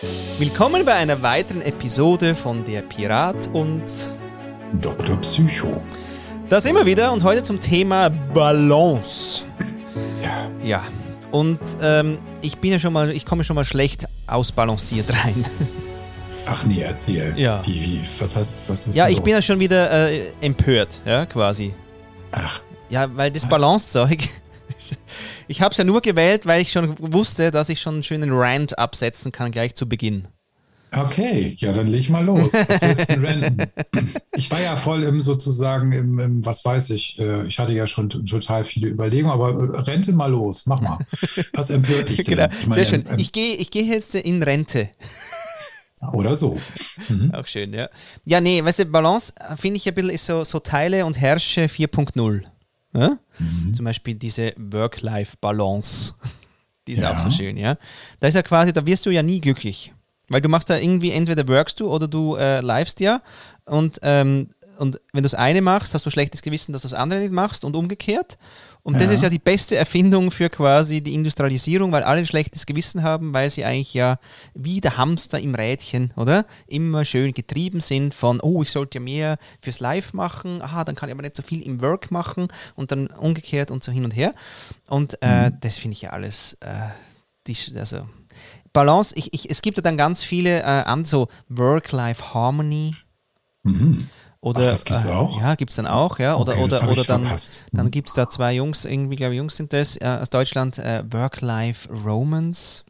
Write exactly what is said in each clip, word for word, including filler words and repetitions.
Willkommen bei einer weiteren Episode von Der Pirat und Doktor Psycho. Da sind wir wieder und heute zum Thema Balance. Ja. Ja, und ähm, ich bin ja schon mal, ich komme schon mal schlecht ausbalanciert rein. Ach nee, erzähl. Ja. Wie, wie, was heißt, was ist Ja, los? ich bin ja schon wieder äh, empört, ja, quasi. Ach. Ja, weil das Balancezeug, ich habe es ja nur gewählt, weil ich schon wusste, dass ich schon einen schönen Rant absetzen kann, gleich zu Beginn. Okay, ja, dann leg mal los. Was willst du ranten? Ich war ja voll im sozusagen im, im was weiß ich, äh, ich hatte ja schon t- total viele Überlegungen, aber äh, rente mal los, mach mal. Was empört dich denn? Genau, Ich meine, sehr schön. ähm, Ich gehe ich geh jetzt in Rente. Oder so. Mhm. Auch schön, ja. Ja, nee, weißt du, Balance, finde ich ein bisschen, ist so, so Teile und Herrsche vier Punkt null. Ja? Mhm. Zum Beispiel diese Work-Life-Balance. Die ist Ja. auch so schön, ja. Da ist ja quasi, da wirst du ja nie glücklich. Weil du machst da irgendwie, entweder workst du oder du äh, livest ja. Und, ähm, und wenn du das eine machst, hast du schlechtes Gewissen, dass du das andere nicht machst und umgekehrt. Und das Ja. ist ja die beste Erfindung für quasi die Industrialisierung, weil alle ein schlechtes Gewissen haben, weil sie eigentlich ja wie der Hamster im Rädchen, oder? Immer schön getrieben sind von, oh, ich sollte ja mehr fürs Live machen, aha, dann kann ich aber nicht so viel im Work machen und dann umgekehrt und so hin und her. Und äh, Mhm. das finde ich ja alles, äh, die, also Balance, ich, ich, es gibt ja dann ganz viele äh, an so Work-Life-Harmony. Mhm. Oder, Ach, das gibt's äh, auch? Ja, gibt es dann auch, ja. Oder, Okay, das oder, hab oder ich dann, verpasst. dann Mhm. gibt es da zwei Jungs, irgendwie, glaube ich, Jungs sind das, äh, aus Deutschland, äh, Work-Life-Romance.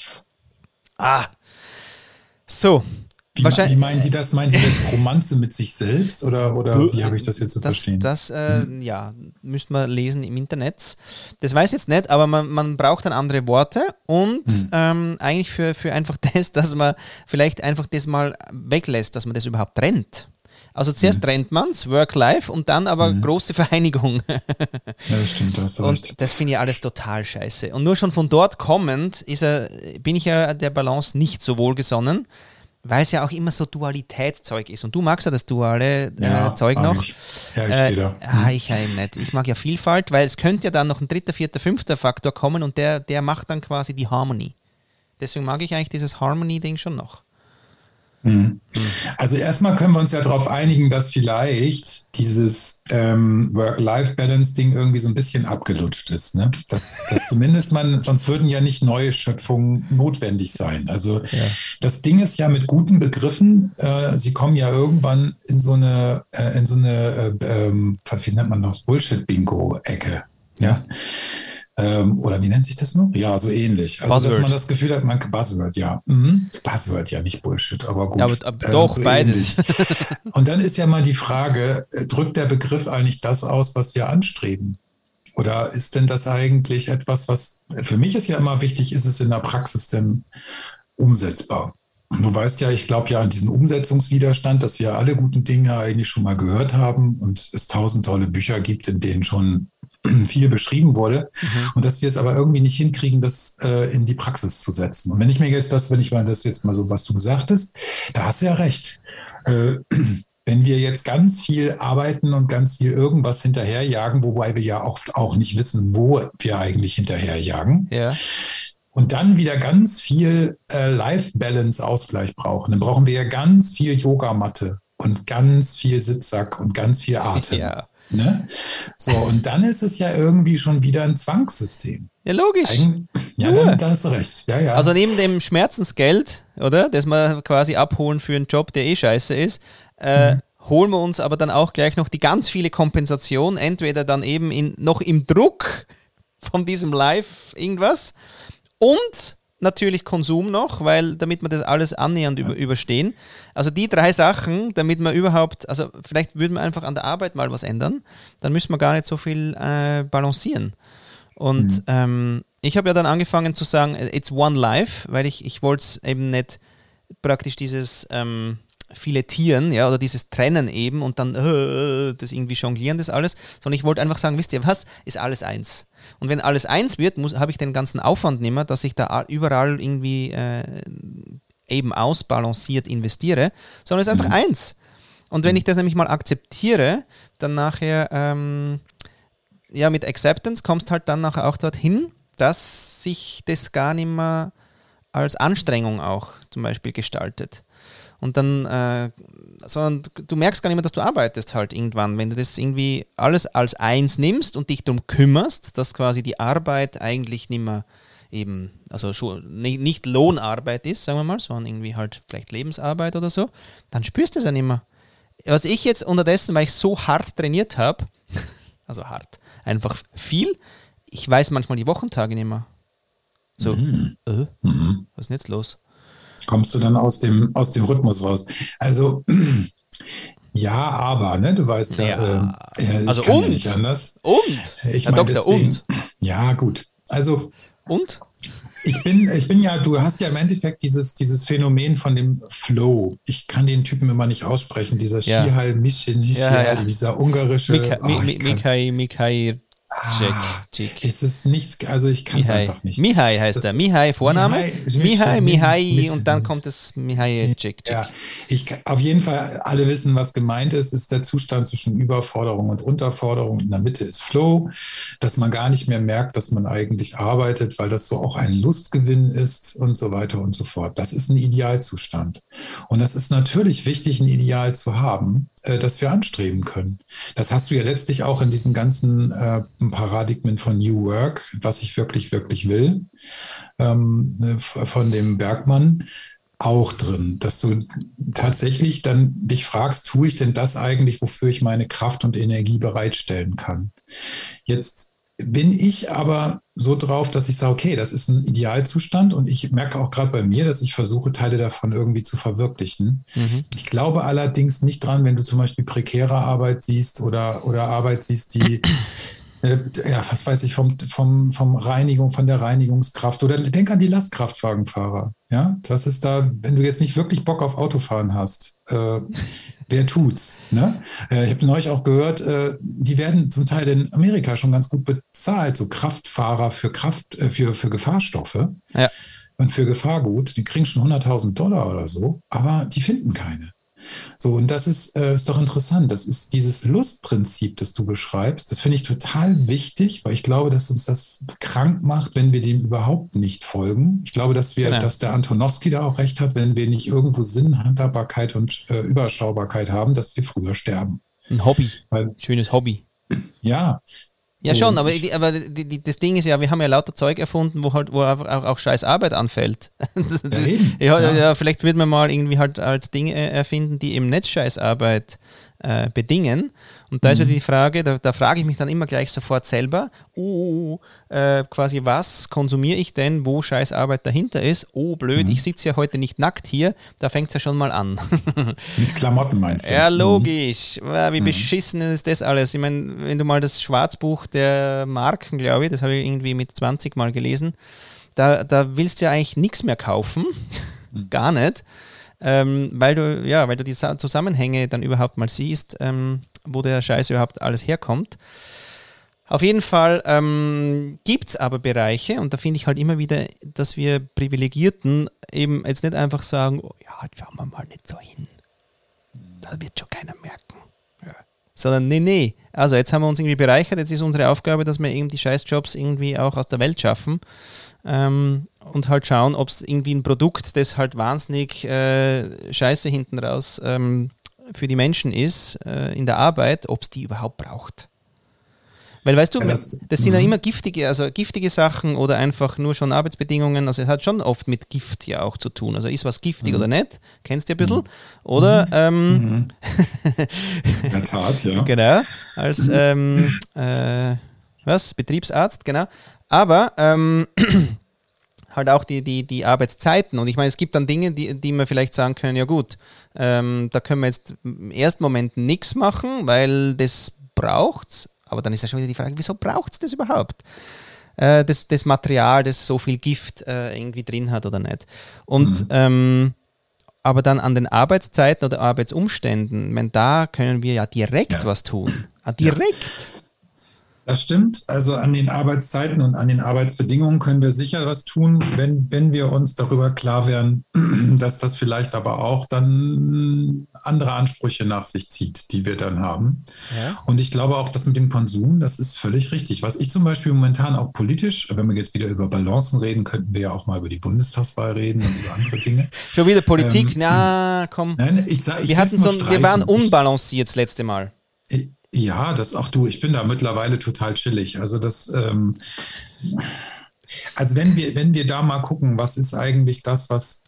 Ah, so. Wie, Wahrscheinlich- wie meinen die das? Meinen die jetzt Romanze mit sich selbst oder, oder wie habe ich das jetzt zu das, verstehen? Das, äh, ja, müsste man lesen im Internet. Das weiß ich jetzt nicht, aber man, man braucht dann andere Worte und Hm. ähm, eigentlich für, für einfach das, dass man vielleicht einfach das mal weglässt, dass man das überhaupt trennt. Also zuerst Hm. trennt man es, Work-Life, und dann aber Hm. große Vereinigung. Ja, das stimmt, da hast du recht. Und das finde ich alles total scheiße. Und nur schon von dort kommend ist er, bin ich ja der Balance nicht so wohlgesonnen, weil es ja auch immer so Dualitätszeug ist. Und du magst ja das duale äh, Ja, Zeug mag noch. ich. Ja, ich stehe da. Ah, ich ja eben nicht. Ich mag ja Vielfalt, weil es könnte ja dann noch ein dritter, vierter, fünfter Faktor kommen und der, der macht dann quasi die Harmony. Deswegen mag ich eigentlich dieses Harmony-Ding schon noch. Mhm. Also erstmal können wir uns ja darauf einigen, dass vielleicht dieses ähm, Work-Life-Balance-Ding irgendwie so ein bisschen abgelutscht ist. Ne? Dass, dass zumindest man, sonst würden ja nicht neue Schöpfungen notwendig sein. Also Ja. das Ding ist ja mit guten Begriffen, äh, sie kommen ja irgendwann in so eine, äh, in so eine äh, ähm, wie nennt man das, Bullshit-Bingo-Ecke. Ja. Ähm, oder wie nennt sich das noch? Ja, so ähnlich. Also, Buzzword. dass man das Gefühl hat, man Buzzword, ja. Mhm. Buzzword, ja, nicht Bullshit, aber gut. Ja, aber, aber Äh, doch, so beides. ähnlich. Und dann ist ja mal die Frage, äh, drückt der Begriff eigentlich das aus, was wir anstreben? Oder ist denn das eigentlich etwas, was, für mich ist ja immer wichtig, ist es in der Praxis denn umsetzbar? Und du weißt ja, ich glaube ja an diesen Umsetzungswiderstand, dass wir alle guten Dinge eigentlich schon mal gehört haben und es tausend tolle Bücher gibt, in denen schon viel beschrieben wurde, Mhm. und dass wir es aber irgendwie nicht hinkriegen, das äh, in die Praxis zu setzen. Und wenn ich mir jetzt das, wenn ich mal das jetzt mal so, was du gesagt hast, da hast du ja recht. Äh, wenn wir jetzt ganz viel arbeiten und ganz viel irgendwas hinterherjagen, wobei wir ja oft auch nicht wissen, wo wir eigentlich hinterherjagen, Ja. und dann wieder ganz viel äh, Life-Balance-Ausgleich brauchen, dann brauchen wir ja ganz viel Yogamatte und ganz viel Sitzsack und ganz viel Atem. Ja. Ne? So, und dann ist es ja irgendwie schon wieder ein Zwangssystem. Ja, logisch. Eigen, ja, Nur. dann, da hast du recht. Ja, ja. Also neben dem Schmerzensgeld, oder, das wir quasi abholen für einen Job, der eh scheiße ist, äh, Mhm. holen wir uns aber dann auch gleich noch die ganz viele Kompensation, entweder dann eben in, noch im Druck von diesem Live irgendwas und natürlich Konsum noch, weil damit wir das alles annähernd über, überstehen. Also die drei Sachen, damit wir überhaupt, also vielleicht würden wir einfach an der Arbeit mal was ändern, dann müssen wir gar nicht so viel äh, balancieren. Und Mhm. ähm, ich habe ja dann angefangen zu sagen, it's one life, weil ich, ich wollte es eben nicht praktisch dieses ähm, Filetieren, ja, oder dieses Trennen eben und dann äh, das irgendwie jonglieren, das alles, sondern ich wollte einfach sagen, wisst ihr was, ist alles eins. Und wenn alles eins wird, habe ich den ganzen Aufwand nicht mehr, dass ich da überall irgendwie äh, eben ausbalanciert investiere, sondern es ist einfach Mhm. eins. Und wenn ich das nämlich mal akzeptiere, dann nachher ähm, ja, mit Acceptance kommst halt dann nachher auch dorthin, dass sich das gar nicht mehr als Anstrengung auch zum Beispiel gestaltet. Und dann, äh, sondern du merkst gar nicht mehr, dass du arbeitest halt irgendwann, wenn du das irgendwie alles als eins nimmst und dich darum kümmerst, dass quasi die Arbeit eigentlich nicht mehr eben, also schon nicht, nicht Lohnarbeit ist, sagen wir mal, sondern irgendwie halt vielleicht Lebensarbeit oder so, dann spürst du es ja nicht mehr. Was ich jetzt unterdessen, weil ich so hart trainiert habe, also hart, einfach viel, ich weiß manchmal die Wochentage nicht mehr. So, Mhm. äh, Mhm. was ist denn jetzt los? Kommst du dann aus dem, aus dem Rhythmus raus? Also, ja, aber, ne, du weißt ja, Ja, äh, ja ich also kann und? ja nicht anders. Und? Ich Herr meine, Doktor, deswegen, und? ja, gut. Also, Und? ich bin, ich bin ja, du hast ja im Endeffekt dieses, dieses Phänomen von dem Flow. Ich kann den Typen immer nicht aussprechen, dieser Ja. Schihal, Mischin, Ja, ja. dieser ungarische. Mika, oh, Mi, Mi, ich kann- Mikai, Mikai, Ah, Jack, Jack. es ist nichts, also ich kann es Mihai. einfach nicht. Mihai heißt Das- er. Mihai Vorname. Mihai, Mihai, Mischin, Mihai Mischin. und dann kommt das Mihai, Jack, Ja, Jack. ich, auf jeden Fall, alle wissen, was gemeint ist, ist der Zustand zwischen Überforderung und Unterforderung. In der Mitte ist Flow, dass man gar nicht mehr merkt, dass man eigentlich arbeitet, weil das so auch ein Lustgewinn ist und so weiter und so fort. Das ist ein Idealzustand. Und das ist natürlich wichtig, ein Ideal zu haben, äh, das wir anstreben können. Das hast du ja letztlich auch in diesen ganzen äh, Paradigmen von New Work, was ich wirklich, wirklich will, ähm, von dem Bergmann, auch drin, dass du tatsächlich dann dich fragst, tue ich denn das eigentlich, wofür ich meine Kraft und Energie bereitstellen kann? Jetzt bin ich aber so drauf, dass ich sage, okay, das ist ein Idealzustand und ich merke auch gerade bei mir, dass ich versuche, Teile davon irgendwie zu verwirklichen. Mhm. Ich glaube allerdings nicht dran, wenn du zum Beispiel prekäre Arbeit siehst oder, oder Arbeit siehst, die ja, was weiß ich, vom, vom, vom Reinigung, von der Reinigungskraft oder denk an die Lastkraftwagenfahrer. Ja, das ist da, wenn du jetzt nicht wirklich Bock auf Autofahren hast, äh, wer tut's? Ne? Äh, ich habe neulich auch gehört, äh, die werden zum Teil in Amerika schon ganz gut bezahlt, so Kraftfahrer für Kraft, äh, für, für Gefahrstoffe Ja. und für Gefahrgut. Die kriegen schon hunderttausend Dollar oder so, aber die finden keine. So, und das ist, äh, ist doch interessant. Das ist dieses Lustprinzip, das du beschreibst. Das finde ich total wichtig, weil ich glaube, dass uns das krank macht, wenn wir dem überhaupt nicht folgen. Ich glaube, dass wir, Genau. dass der Antonowski da auch recht hat, wenn wir nicht irgendwo Sinn, Handhabbarkeit und äh, Überschaubarkeit haben, dass wir früher sterben. Ein Hobby. Weil, Schönes Hobby. ja. Ja, so, schon, aber, ich, die, aber die, die, das Ding ist ja, wir haben ja lauter Zeug erfunden, wo halt wo auch, auch, auch scheiß Arbeit anfällt. ja, eben, ja, ja. ja, vielleicht wird man mal irgendwie halt als Dinge erfinden, die eben nicht scheiß Arbeit äh, bedingen. Und da ist Mhm. wieder die Frage, da, da frage ich mich dann immer gleich sofort selber, oh, äh, quasi was konsumiere ich denn, wo scheiß Arbeit dahinter ist? Oh, blöd, Mhm. ich sitze ja heute nicht nackt hier, da fängt es ja schon mal an. Mit Klamotten meinst du? Ja, Mhm. logisch. Wie Mhm. beschissen ist das alles? Ich meine, wenn du mal das Schwarzbuch der Marken, glaube ich, das habe ich irgendwie mit zwanzig Mal gelesen, da, da willst du ja eigentlich nichts mehr kaufen. Mhm. Gar nicht. Ähm, weil du, ja, weil du die Sa- Zusammenhänge dann überhaupt mal siehst, ähm, wo der Scheiß überhaupt alles herkommt. Auf jeden Fall ähm, gibt es aber Bereiche, und da finde ich halt immer wieder, dass wir Privilegierten eben jetzt nicht einfach sagen, oh ja, schauen wir mal nicht so hin. Da wird schon keiner merken. Ja. Sondern nee, nee. Also jetzt haben wir uns irgendwie bereichert, jetzt ist unsere Aufgabe, dass wir eben die Scheißjobs irgendwie auch aus der Welt schaffen. Ähm, und halt schauen, ob es irgendwie ein Produkt, das halt wahnsinnig äh, scheiße hinten raus ähm, für die Menschen ist, äh, in der Arbeit, ob es die überhaupt braucht. Weil weißt du, Ja, das, das- das sind ja mhm. immer giftige, also giftige Sachen oder einfach nur schon Arbeitsbedingungen, also es hat schon oft mit Gift ja auch zu tun. Also ist was giftig Mhm. oder nicht? Kennst du ein bisschen? Oder ähm, Mhm. In der Tat, ja. genau, als ähm, äh, was? Betriebsarzt, genau. Aber ähm, halt auch die, die, die Arbeitszeiten. Und ich meine, es gibt dann Dinge, die, die wir vielleicht sagen können, ja gut, ähm, da können wir jetzt im ersten Moment nichts machen, weil das braucht's. Aber dann ist ja schon wieder die Frage, wieso braucht es das überhaupt? Äh, das, das Material, das so viel Gift äh, irgendwie drin hat oder nicht. Und Mhm. ähm, aber dann an den Arbeitszeiten oder Arbeitsumständen, wenn da können wir ja direkt Ja. was tun. Ah, direkt. Das stimmt. Also an den Arbeitszeiten und an den Arbeitsbedingungen können wir sicher was tun, wenn, wenn wir uns darüber klar werden, dass das vielleicht aber auch dann andere Ansprüche nach sich zieht, die wir dann haben. Ja. Und ich glaube auch, das mit dem Konsum, das ist völlig richtig. Was ich zum Beispiel momentan auch politisch, wenn wir jetzt wieder über Balancen reden, könnten wir ja auch mal über die Bundestagswahl reden und über andere Dinge. Schon wieder Politik? Ähm, Na, komm. Nein, ich sag, ich wir, hatten so, wir waren unbalanciert das letzte Mal. Ich, Ja, das auch du, ich bin da mittlerweile total chillig. Also das, ähm, also wenn wir, wenn wir da mal gucken, was ist eigentlich das, was,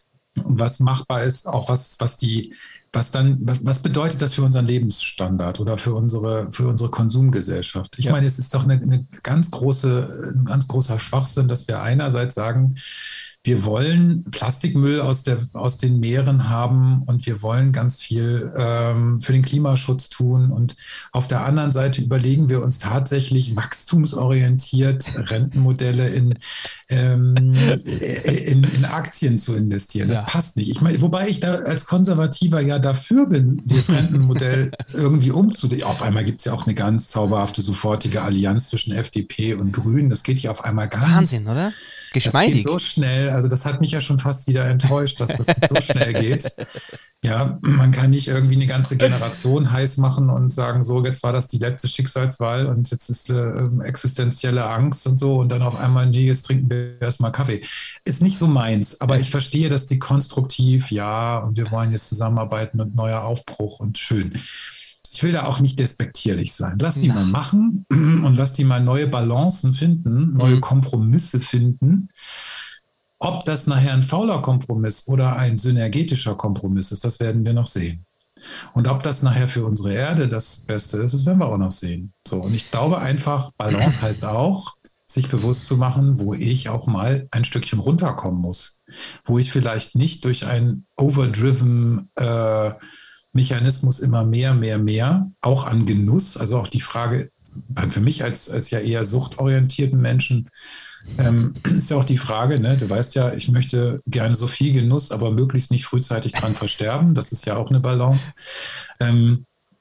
was machbar ist, auch was, was die, was dann, was, was bedeutet das für unseren Lebensstandard oder für unsere, für unsere Konsumgesellschaft? Ich ja. meine, es ist doch eine, eine ganz große, ein ganz großer Schwachsinn, dass wir einerseits sagen, wir wollen Plastikmüll aus, der, aus den Meeren haben und wir wollen ganz viel ähm, für den Klimaschutz tun. Und auf der anderen Seite überlegen wir uns tatsächlich wachstumsorientiert Rentenmodelle in, ähm, in, in Aktien zu investieren. Das ja. passt nicht. Ich meine, wobei ich da als Konservativer ja dafür bin, das Rentenmodell irgendwie umzudrehen. Auf einmal gibt es ja auch eine ganz zauberhafte, sofortige Allianz zwischen F D P und Grünen. Das geht ja auf einmal ganz... Wahnsinn, oder? Geschmeidig. Das geht so schnell. Also das hat mich ja schon fast wieder enttäuscht, dass das so schnell geht. Ja, man kann nicht irgendwie eine ganze Generation heiß machen und sagen, so, jetzt war das die letzte Schicksalswahl und jetzt ist äh, existenzielle Angst und so und dann auf einmal, nee, jetzt trinken wir erstmal Kaffee. Ist nicht so meins, aber ich verstehe, dass die konstruktiv, ja, und wir wollen jetzt zusammenarbeiten und neuer Aufbruch und schön. Ich will da auch nicht despektierlich sein. Lass die Na. mal machen und lass die mal neue Balancen finden, neue Kompromisse finden. Ob das nachher ein fauler Kompromiss oder ein synergetischer Kompromiss ist, das werden wir noch sehen. Und ob das nachher für unsere Erde das Beste ist, das werden wir auch noch sehen. So, und ich glaube einfach, Balance heißt auch, sich bewusst zu machen, wo ich auch mal ein Stückchen runterkommen muss. Wo ich vielleicht nicht durch einen overdriven äh, Mechanismus immer mehr, mehr, mehr, auch an Genuss, also auch die Frage, für mich als, als ja eher suchtorientierten Menschen, ähm, ist ja auch die Frage, ne, du weißt ja, ich möchte gerne so viel Genuss, aber möglichst nicht frühzeitig dran versterben, das ist ja auch eine Balance. Ähm,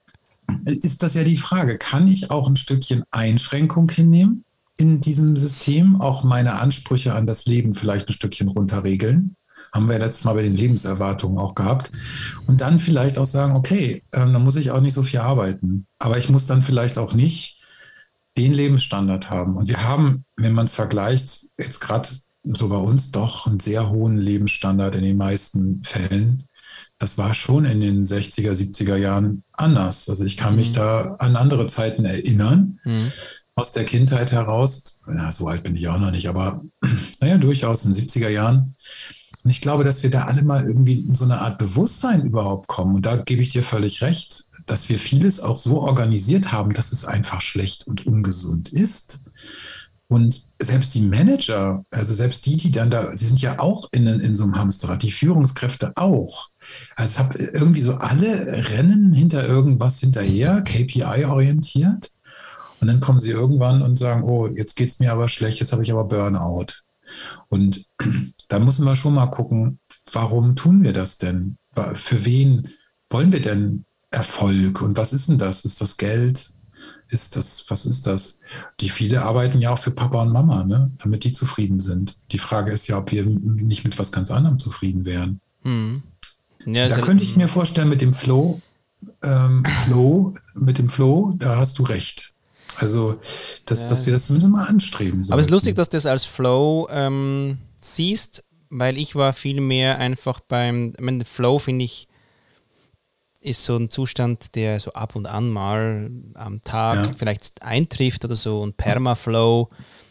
ist das ja die Frage, kann ich auch ein Stückchen Einschränkung hinnehmen in diesem System, auch meine Ansprüche an das Leben vielleicht ein Stückchen runterregeln? Haben wir letztes Mal bei den Lebenserwartungen auch gehabt. Und dann vielleicht auch sagen, okay, ähm, dann muss ich auch nicht so viel arbeiten. Aber ich muss dann vielleicht auch nicht den Lebensstandard haben. Und wir haben, wenn man es vergleicht, jetzt gerade so bei uns doch einen sehr hohen Lebensstandard in den meisten Fällen. Das war schon in den sechziger, siebziger Jahren anders. Also ich kann mhm. mich da an andere Zeiten erinnern, mhm. aus der Kindheit heraus. Ja, so alt bin ich auch noch nicht, aber naja, durchaus in den siebziger Jahren. Und ich glaube, dass wir da alle mal irgendwie in so eine Art Bewusstsein überhaupt kommen. Und da gebe ich dir völlig recht, dass wir vieles auch so organisiert haben, dass es einfach schlecht und ungesund ist. Und selbst die Manager, also selbst die, die dann da, sie sind ja auch in, in so einem Hamsterrad, die Führungskräfte auch. Also es hat irgendwie so alle rennen hinter irgendwas hinterher, K P I-orientiert. Und dann kommen sie irgendwann und sagen, oh, jetzt geht es mir aber schlecht, jetzt habe ich aber Burnout. Und da müssen wir schon mal gucken, warum tun wir das denn? Für wen wollen wir denn Erfolg? Und was ist denn das? Ist das Geld? Ist das, was ist das? Die viele arbeiten ja auch für Papa und Mama, ne? Damit die zufrieden sind. Die Frage ist ja, ob wir nicht mit was ganz anderem zufrieden wären. Hm. Ja, da könnte ich mir vorstellen, mit dem Flow, ähm, Flow, mit dem Flow, da hast du recht. Also, dass, ja. dass wir das zumindest mal anstreben sollen. Aber es ist lustig, dass du das als Flow ähm, siehst, weil ich war viel mehr einfach beim, ich meine, Flow finde ich, ist so ein Zustand, der so ab und an mal am Tag ja. vielleicht eintrifft oder so, und Permaflow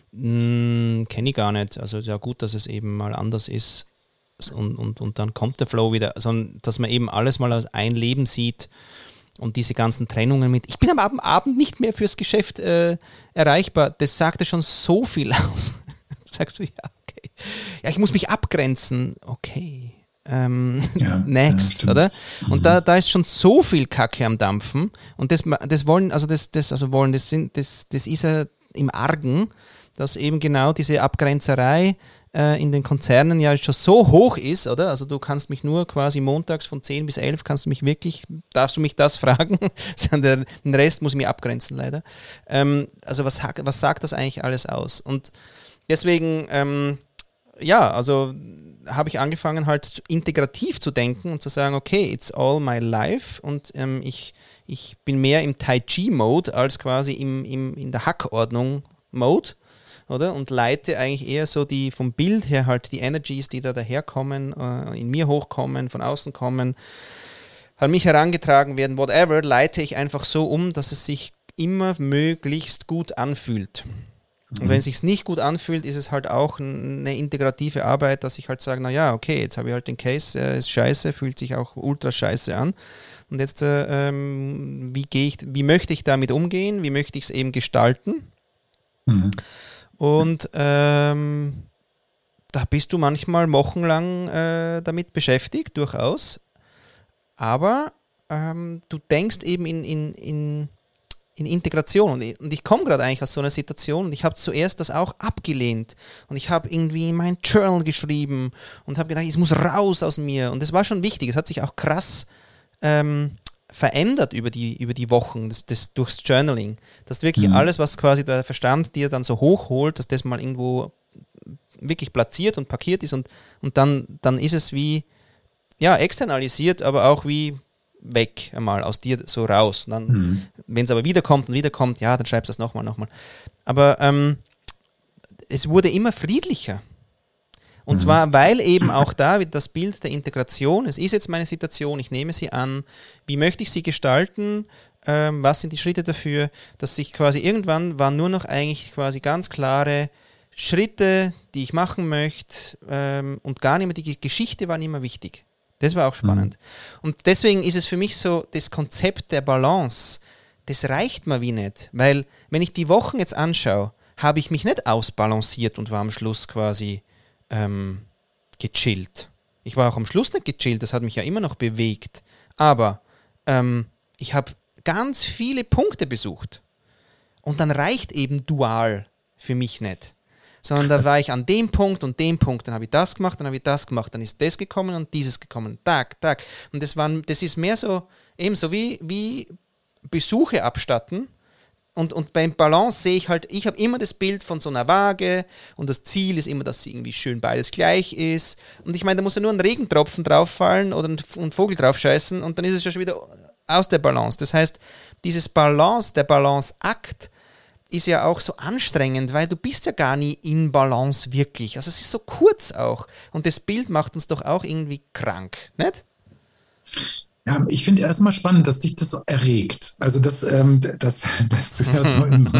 kenne ich gar nicht. Also ja gut, dass es eben mal anders ist und, und, und dann kommt der Flow wieder, sondern dass man eben alles mal als ein Leben sieht. Und diese ganzen Trennungen mit, ich bin am Abend, Abend nicht mehr fürs Geschäft äh, erreichbar, das sagt ja schon so viel aus. Da sagst du, ja, okay. Ja, ich muss mich abgrenzen. Okay. Ähm, ja, next, ja, oder? Und mhm. da, da ist schon so viel Kacke am Dampfen. Und das, das wollen, also das, das, also wollen, das sind, das, das ist ja im Argen, dass eben genau diese Abgrenzerei äh, in den Konzernen ja schon so hoch ist, oder? Also du kannst mich nur quasi montags von zehn bis elf, kannst du mich wirklich, darfst du mich das fragen? Den Rest muss ich mir abgrenzen, leider. Ähm, also was, was sagt das eigentlich alles aus? Und deswegen, ähm, ja, also habe ich angefangen halt integrativ zu denken und zu sagen, okay, it's all my life und ähm, ich, ich bin mehr im Tai Chi-Mode als quasi im, im, in der Hackordnung-Mode, oder? Und leite eigentlich eher so die vom Bild her halt die Energies, die da daherkommen, äh, in mir hochkommen, von außen kommen, an mich herangetragen werden, whatever, leite ich einfach so um, dass es sich immer möglichst gut anfühlt. Und wenn es sich nicht gut anfühlt, ist es halt auch eine integrative Arbeit, dass ich halt sage, naja, okay, jetzt habe ich halt den Case, äh, ist scheiße, fühlt sich auch ultra scheiße an. Und jetzt, äh, ähm, wie gehe ich, wie möchte ich damit umgehen, wie möchte ich es eben gestalten? Mhm. Und ähm, da bist du manchmal wochenlang äh, damit beschäftigt, durchaus. Aber ähm, du denkst eben in, in, in in Integration. Und ich, und ich komme gerade eigentlich aus so einer Situation und ich habe zuerst das auch abgelehnt und ich habe irgendwie in mein Journal geschrieben und habe gedacht, es muss raus aus mir und das war schon wichtig. Es hat sich auch krass ähm, verändert über die, über die Wochen das, das, durchs Journaling, dass wirklich mhm. alles, was quasi der Verstand dir dann so hochholt, dass das mal irgendwo wirklich platziert und parkiert ist und, und dann, dann ist es wie, ja, externalisiert, aber auch wie weg einmal aus dir so raus. Und dann, mhm. wenn es aber wiederkommt und wiederkommt, ja, dann schreibst du das nochmal, nochmal. Aber ähm, es wurde immer friedlicher. Und mhm. zwar, weil eben auch da wird das Bild der Integration, es ist jetzt meine Situation, ich nehme sie an, wie möchte ich sie gestalten, ähm, was sind die Schritte dafür, dass sich quasi irgendwann waren nur noch eigentlich quasi ganz klare Schritte, die ich machen möchte ähm, und gar nicht mehr, die Geschichte war nicht mehr wichtig. Das war auch spannend. Mhm. Und deswegen ist es für mich so, das Konzept der Balance, das reicht mir wie nicht. Weil, wenn ich die Wochen jetzt anschaue, habe ich mich nicht ausbalanciert und war am Schluss quasi ähm, gechillt. Ich war auch am Schluss nicht gechillt, das hat mich ja immer noch bewegt. Aber ähm, ich habe ganz viele Punkte besucht. Und dann reicht eben dual für mich nicht. Sondern da war ich an dem Punkt und dem Punkt, dann habe ich das gemacht, dann habe ich das gemacht, dann ist das gekommen und dieses gekommen, Tag, Tag. Und das, waren, das ist mehr so, eben so wie, wie Besuche abstatten und, und beim Balance sehe ich halt, ich habe immer das Bild von so einer Waage und das Ziel ist immer, dass irgendwie schön beides gleich ist. Und ich meine, da muss ja nur ein Regentropfen drauf fallen oder ein Vogel drauf scheißen und dann ist es ja schon wieder aus der Balance. Das heißt, dieses Balance, der Balanceakt, ist ja auch so anstrengend, weil du bist ja gar nie in Balance wirklich. Also es ist so kurz auch. Und das Bild macht uns doch auch irgendwie krank, nicht? Ja, ich finde erstmal spannend, dass dich das so erregt. Also das, ähm, das, das du ja so in so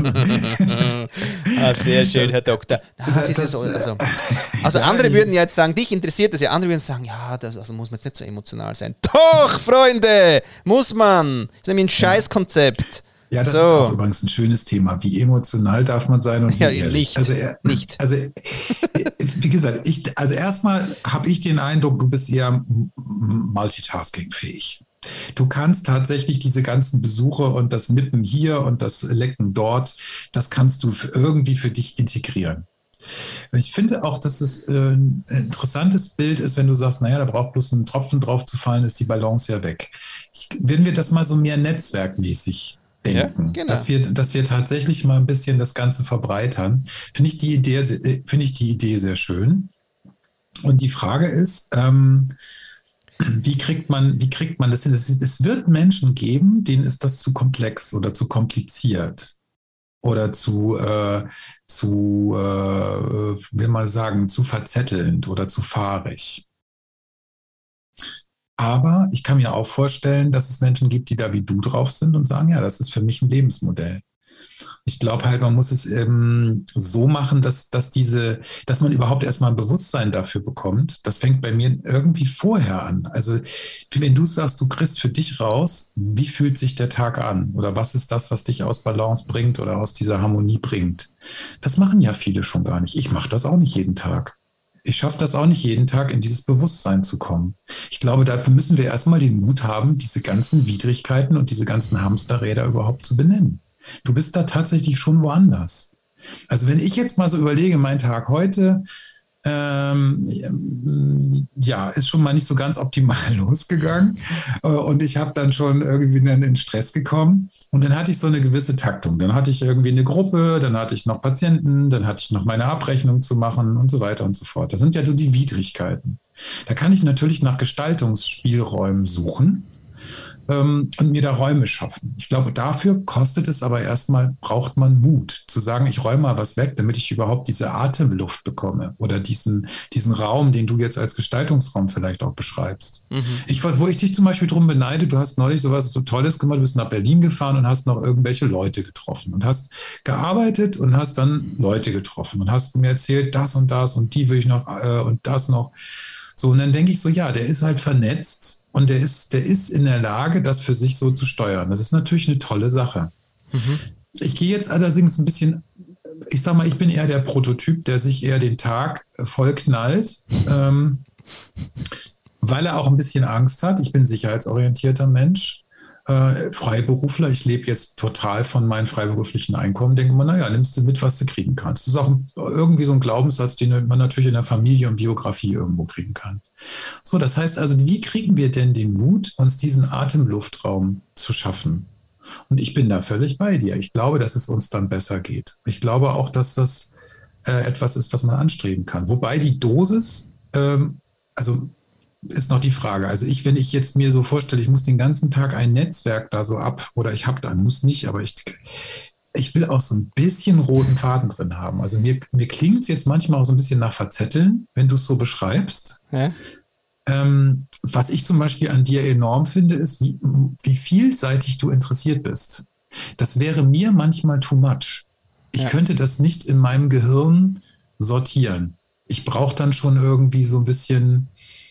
ah, sehr schön, das, Herr Doktor. Na, das, das ist das, so, also also ja, andere würden ja jetzt sagen, dich interessiert das ja. Andere würden sagen, ja, das also muss man jetzt nicht so emotional sein. Doch, Freunde, muss man. Das ist nämlich ein Scheißkonzept. Ja, das so. Ist auch übrigens ein schönes Thema. Wie emotional darf man sein und wie ja, ehrlich? Nicht. Also, äh, nicht. Also, wie gesagt, ich, also erstmal habe ich den Eindruck, du bist eher multitaskingfähig. Du kannst tatsächlich diese ganzen Besuche und das Nippen hier und das Lecken dort, das kannst du irgendwie für dich integrieren. Ich finde auch, dass es ein interessantes Bild ist, wenn du sagst, naja, da braucht bloß ein Tropfen drauf zu fallen, ist die Balance ja weg. Ich, wenn wir das mal so mehr netzwerkmäßig denken, ja, genau. dass wir, dass wir tatsächlich mal ein bisschen das Ganze verbreitern, finde ich die Idee, finde ich die Idee sehr schön. Und die Frage ist, ähm, wie kriegt man, wie kriegt man das hin? Es wird Menschen geben, denen ist das zu komplex oder zu kompliziert oder zu, äh, zu äh, will man sagen, zu verzettelnd oder zu fahrig. Aber ich kann mir auch vorstellen, dass es Menschen gibt, die da wie du drauf sind und sagen, ja, das ist für mich ein Lebensmodell. Ich glaube halt, man muss es ähm, so machen, dass, dass, diese, dass man überhaupt erstmal ein Bewusstsein dafür bekommt. Das fängt bei mir irgendwie vorher an. Also wenn du sagst, du kriegst für dich raus, wie fühlt sich der Tag an? Oder was ist das, was dich aus Balance bringt oder aus dieser Harmonie bringt? Das machen ja viele schon gar nicht. Ich mache das auch nicht jeden Tag. Ich schaffe das auch nicht jeden Tag, in dieses Bewusstsein zu kommen. Ich glaube, dafür müssen wir erstmal den Mut haben, diese ganzen Widrigkeiten und diese ganzen Hamsterräder überhaupt zu benennen. Du bist da tatsächlich schon woanders. Also wenn ich jetzt mal so überlege, mein Tag heute, ähm, ja, ist schon mal nicht so ganz optimal losgegangen. Und ich habe dann schon irgendwie in den Stress gekommen. Und dann hatte ich so eine gewisse Taktung. Dann hatte ich irgendwie eine Gruppe, dann hatte ich noch Patienten, dann hatte ich noch meine Abrechnung zu machen und so weiter und so fort. Das sind ja so die Widrigkeiten. Da kann ich natürlich nach Gestaltungsspielräumen suchen. Und mir da Räume schaffen. Ich glaube, dafür kostet es aber erstmal, braucht man Mut, zu sagen, ich räume mal was weg, damit ich überhaupt diese Atemluft bekomme oder diesen, diesen Raum, den du jetzt als Gestaltungsraum vielleicht auch beschreibst. Mhm. Ich, wo ich dich zum Beispiel drum beneide, du hast neulich sowas so Tolles gemacht, du bist nach Berlin gefahren und hast noch irgendwelche Leute getroffen und hast gearbeitet und hast dann Leute getroffen und hast mir erzählt, das und das und die will ich noch äh, und das noch. So, und dann denke ich so, ja, der ist halt vernetzt und der ist, der ist in der Lage, das für sich so zu steuern. Das ist natürlich eine tolle Sache. Mhm. Ich gehe jetzt allerdings ein bisschen, ich sag mal, ich bin eher der Prototyp, der sich eher den Tag voll knallt, ähm, weil er auch ein bisschen Angst hat. Ich bin ein sicherheitsorientierter Mensch. Äh, Freiberufler, ich lebe jetzt total von meinen freiberuflichen Einkommen, denke mal, naja, nimmst du mit, was du kriegen kannst. Das ist auch irgendwie so ein Glaubenssatz, den man natürlich in der Familie und Biografie irgendwo kriegen kann. So, das heißt also, wie kriegen wir denn den Mut, uns diesen Atemluftraum zu schaffen? Und ich bin da völlig bei dir. Ich glaube, dass es uns dann besser geht. Ich glaube auch, dass das äh, etwas ist, was man anstreben kann. Wobei die Dosis, ähm, also ist noch die Frage. Also ich, wenn ich jetzt mir so vorstelle, ich muss den ganzen Tag ein Netzwerk da so ab, oder ich habe da, muss nicht, aber ich, ich will auch so ein bisschen roten Faden drin haben. Also mir, mir klingt es jetzt manchmal auch so ein bisschen nach Verzetteln, wenn du es so beschreibst. Ja. Ähm, was ich zum Beispiel an dir enorm finde, ist, wie, wie vielseitig du interessiert bist. Das wäre mir manchmal too much. Ich ja. könnte das nicht in meinem Gehirn sortieren. Ich brauche dann schon irgendwie so ein bisschen...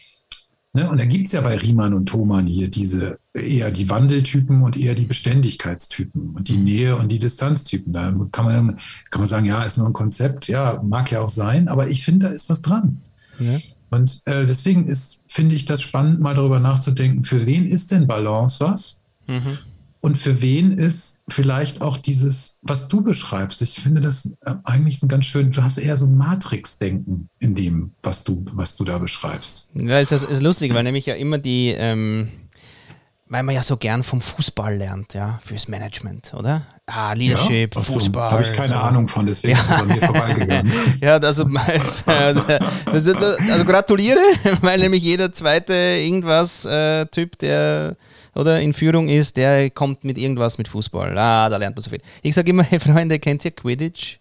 Ne, und da gibt es ja bei Riemann und Thomann hier diese eher die Wandeltypen und eher die Beständigkeitstypen und die Nähe- und die Distanztypen. Da kann man, kann man sagen, ja, ist nur ein Konzept, ja, mag ja auch sein, aber ich finde, da ist was dran. Ja. Und äh, deswegen ist, finde ich das spannend, mal darüber nachzudenken, für wen ist denn Balance was? Mhm. Und für wen ist vielleicht auch dieses, was du beschreibst? Ich finde das eigentlich ein ganz schön, du hast eher so ein Matrix-Denken in dem, was du, was du da beschreibst. Ja, es ist, ist lustig, weil nämlich ja immer die, ähm, weil man ja so gern vom Fußball lernt, ja, fürs Management, oder? Ah, Leadership, ja, so, Fußball. Habe ich keine so. Ahnung von, deswegen ja. ist es an mir vorbeigegangen. Ja, also, also, also, also gratuliere, weil nämlich jeder zweite irgendwas äh, Typ, der oder in Führung ist, der kommt mit irgendwas mit Fußball. Ah, da lernt man so viel. Ich sage immer, hey Freunde, kennt ihr Quidditch?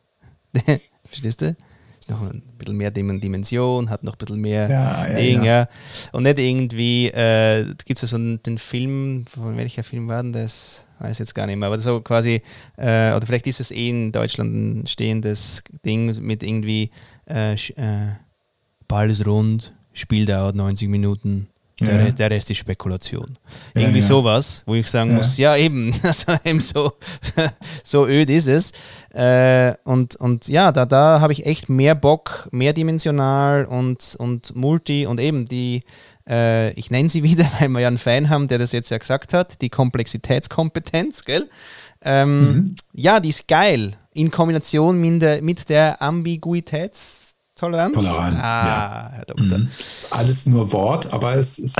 Verstehst du? Ist noch ein bisschen mehr Dimension, hat noch ein bisschen mehr ja, ja, Ding, ja. ja. Und nicht irgendwie, äh, gibt es ja so einen, den Film, von welcher Film war denn das? Weiß jetzt gar nicht mehr, aber so quasi, äh, oder vielleicht ist es eh in Deutschland ein stehendes Ding mit irgendwie äh, äh, Ball ist rund, Spiel dauert neunzig Minuten. Der, ja. der Rest ist Spekulation. Ja, Irgendwie ja. sowas, wo ich sagen ja. muss, ja eben, also eben so, so öd ist es. Äh, und, und ja, da, da habe ich echt mehr Bock, mehrdimensional und, und multi und eben die, äh, ich nenne sie wieder, weil wir ja einen Fan haben, der das jetzt ja gesagt hat, die Komplexitätskompetenz, gell? Ähm, mhm. Ja, die ist geil. In Kombination mit der, mit der Ambiguitäts- Toleranz? Toleranz, ah, ja. Herr Doktor. Mhm. Das ist alles nur Wort, aber es ist...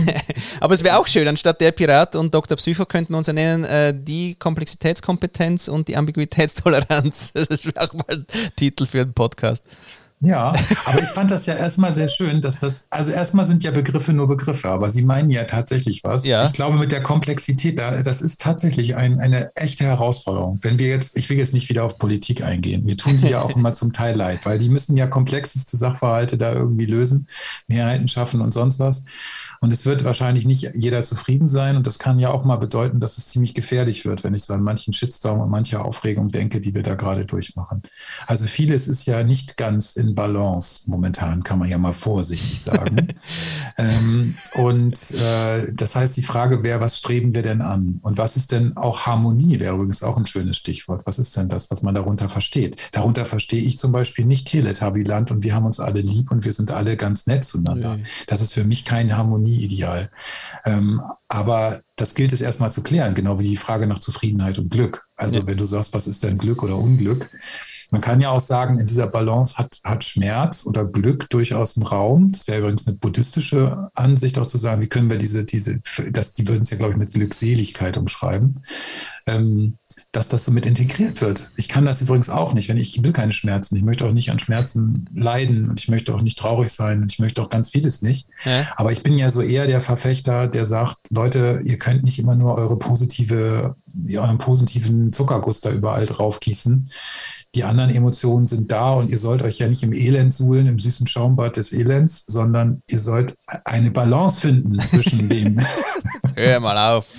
aber es wäre auch schön, anstatt der Pirat und Doktor Psycho könnten wir uns ja nennen, äh, die Komplexitätskompetenz und die Ambiguitätstoleranz. Das wäre auch mal ein Titel für einen Podcast. Ja, aber ich fand das ja erstmal sehr schön, dass das, also erstmal sind ja Begriffe nur Begriffe, aber sie meinen ja tatsächlich was. Ja. Ich glaube, mit der Komplexität, das ist tatsächlich ein, eine echte Herausforderung. Wenn wir jetzt, ich will jetzt nicht wieder auf Politik eingehen, wir tun die ja auch immer zum Teil leid, weil die müssen ja komplexeste Sachverhalte da irgendwie lösen, Mehrheiten schaffen und sonst was. Und es wird wahrscheinlich nicht jeder zufrieden sein und das kann ja auch mal bedeuten, dass es ziemlich gefährlich wird, wenn ich so an manchen Shitstorm und mancher Aufregung denke, die wir da gerade durchmachen. Also vieles ist ja nicht ganz in Balance momentan, kann man ja mal vorsichtig sagen. ähm, und äh, das heißt, die Frage wäre, was streben wir denn an? Und was ist denn auch Harmonie, wäre übrigens auch ein schönes Stichwort. Was ist denn das, was man darunter versteht? Darunter verstehe ich zum Beispiel nicht Teletubbyland und wir haben uns alle lieb und wir sind alle ganz nett zueinander. Nee. Das ist für mich kein Harmonieideal. Ähm, aber das gilt es erstmal zu klären, genau wie die Frage nach Zufriedenheit und Glück. Also ja. wenn du sagst, was ist denn Glück oder Unglück? Man kann ja auch sagen, in dieser Balance hat, hat Schmerz oder Glück durchaus einen Raum. Das wäre übrigens eine buddhistische Ansicht auch zu sagen, wie können wir diese, diese, das, die würden es ja, glaube ich, mit Glückseligkeit umschreiben, ähm, dass das so mit integriert wird. Ich kann das übrigens auch nicht, wenn ich, ich will keine Schmerzen. Ich möchte auch nicht an Schmerzen leiden und ich möchte auch nicht traurig sein und ich möchte auch ganz vieles nicht. Ja. Aber ich bin ja so eher der Verfechter, der sagt, Leute, ihr könnt nicht immer nur eure positive, euren positiven Zuckerguss da überall drauf gießen. Die anderen Emotionen sind da und ihr sollt euch ja nicht im Elend suhlen, im süßen Schaumbad des Elends, sondern ihr sollt eine Balance finden zwischen dem. Hör mal auf.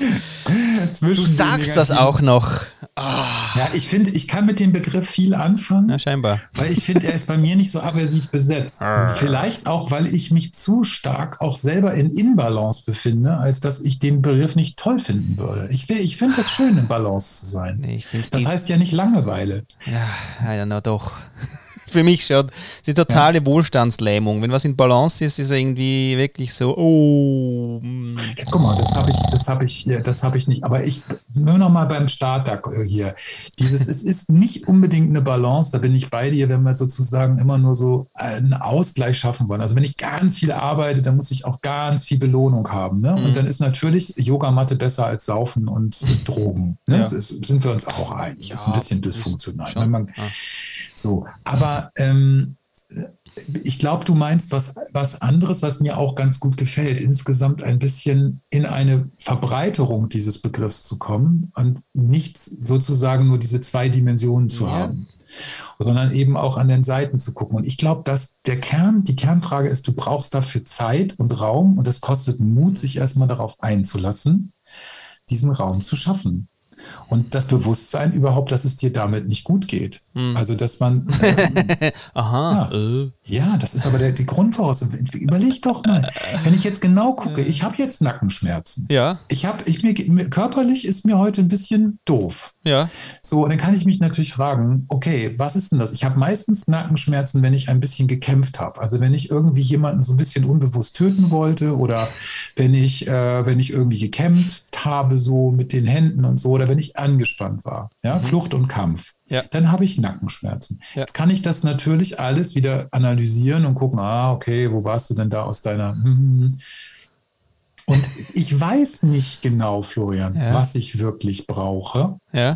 Du sagst das auch noch. Oh. Ja, ich finde, ich kann mit dem Begriff viel anfangen. Ja, scheinbar. Weil ich finde, er ist bei mir nicht so aversiv besetzt. Vielleicht auch, weil ich mich zu stark auch selber in Inbalance befinde, als dass ich den Begriff nicht toll finden würde. Ich, ich finde das schön, in Balance zu sein. Nee, ich das die... heißt ja nicht Langeweile. Ja, ja, na doch. Für mich schon. Es ist totale ja. Wohlstandslähmung. Wenn was in Balance ist, ist er irgendwie wirklich so, oh. Ja, guck mal, das habe ich, das habe ich, das habe ich nicht. Aber ich, nur noch mal beim Start da hier. Dieses, es ist nicht unbedingt eine Balance, da bin ich bei dir, wenn wir sozusagen immer nur so einen Ausgleich schaffen wollen. Also wenn ich ganz viel arbeite, dann muss ich auch ganz viel Belohnung haben. Ne? Und mhm. dann ist natürlich Yogamatte besser als Saufen und Drogen. Ne? Ja. Das ist, sind wir uns auch einig. Ja, ist ein bisschen dysfunktional. Wenn man, ja. So, aber ähm, ich glaube, du meinst was, was anderes, was mir auch ganz gut gefällt, insgesamt ein bisschen in eine Verbreiterung dieses Begriffs zu kommen und nicht sozusagen nur diese zwei Dimensionen zu ja. haben, sondern eben auch an den Seiten zu gucken. Und ich glaube, dass der Kern, die Kernfrage ist, du brauchst dafür Zeit und Raum und es kostet Mut, sich erstmal darauf einzulassen, diesen Raum zu schaffen. Und das Bewusstsein überhaupt, dass es dir damit nicht gut geht. Hm. Also, dass man... Ähm, Aha. Ja, äh. ja, das ist aber der, die Grundvoraussetzung. Überleg doch mal, wenn ich jetzt genau gucke, ich habe jetzt Nackenschmerzen. Ja. Ich habe, ich mir, körperlich ist mir heute ein bisschen doof. Ja. So, und dann kann ich mich natürlich fragen, okay, was ist denn das? Ich habe meistens Nackenschmerzen, wenn ich ein bisschen gekämpft habe. Also, wenn ich irgendwie jemanden so ein bisschen unbewusst töten wollte oder wenn ich, äh, wenn ich irgendwie gekämpft habe, so mit den Händen und so, oder wenn ich angespannt war, ja, mhm. Flucht und Kampf, ja. dann habe ich Nackenschmerzen. Ja. Jetzt kann ich das natürlich alles wieder analysieren und gucken, ah, okay, wo warst du denn da aus deiner... Und ich weiß nicht genau, Florian, ja. was ich wirklich brauche. Ja.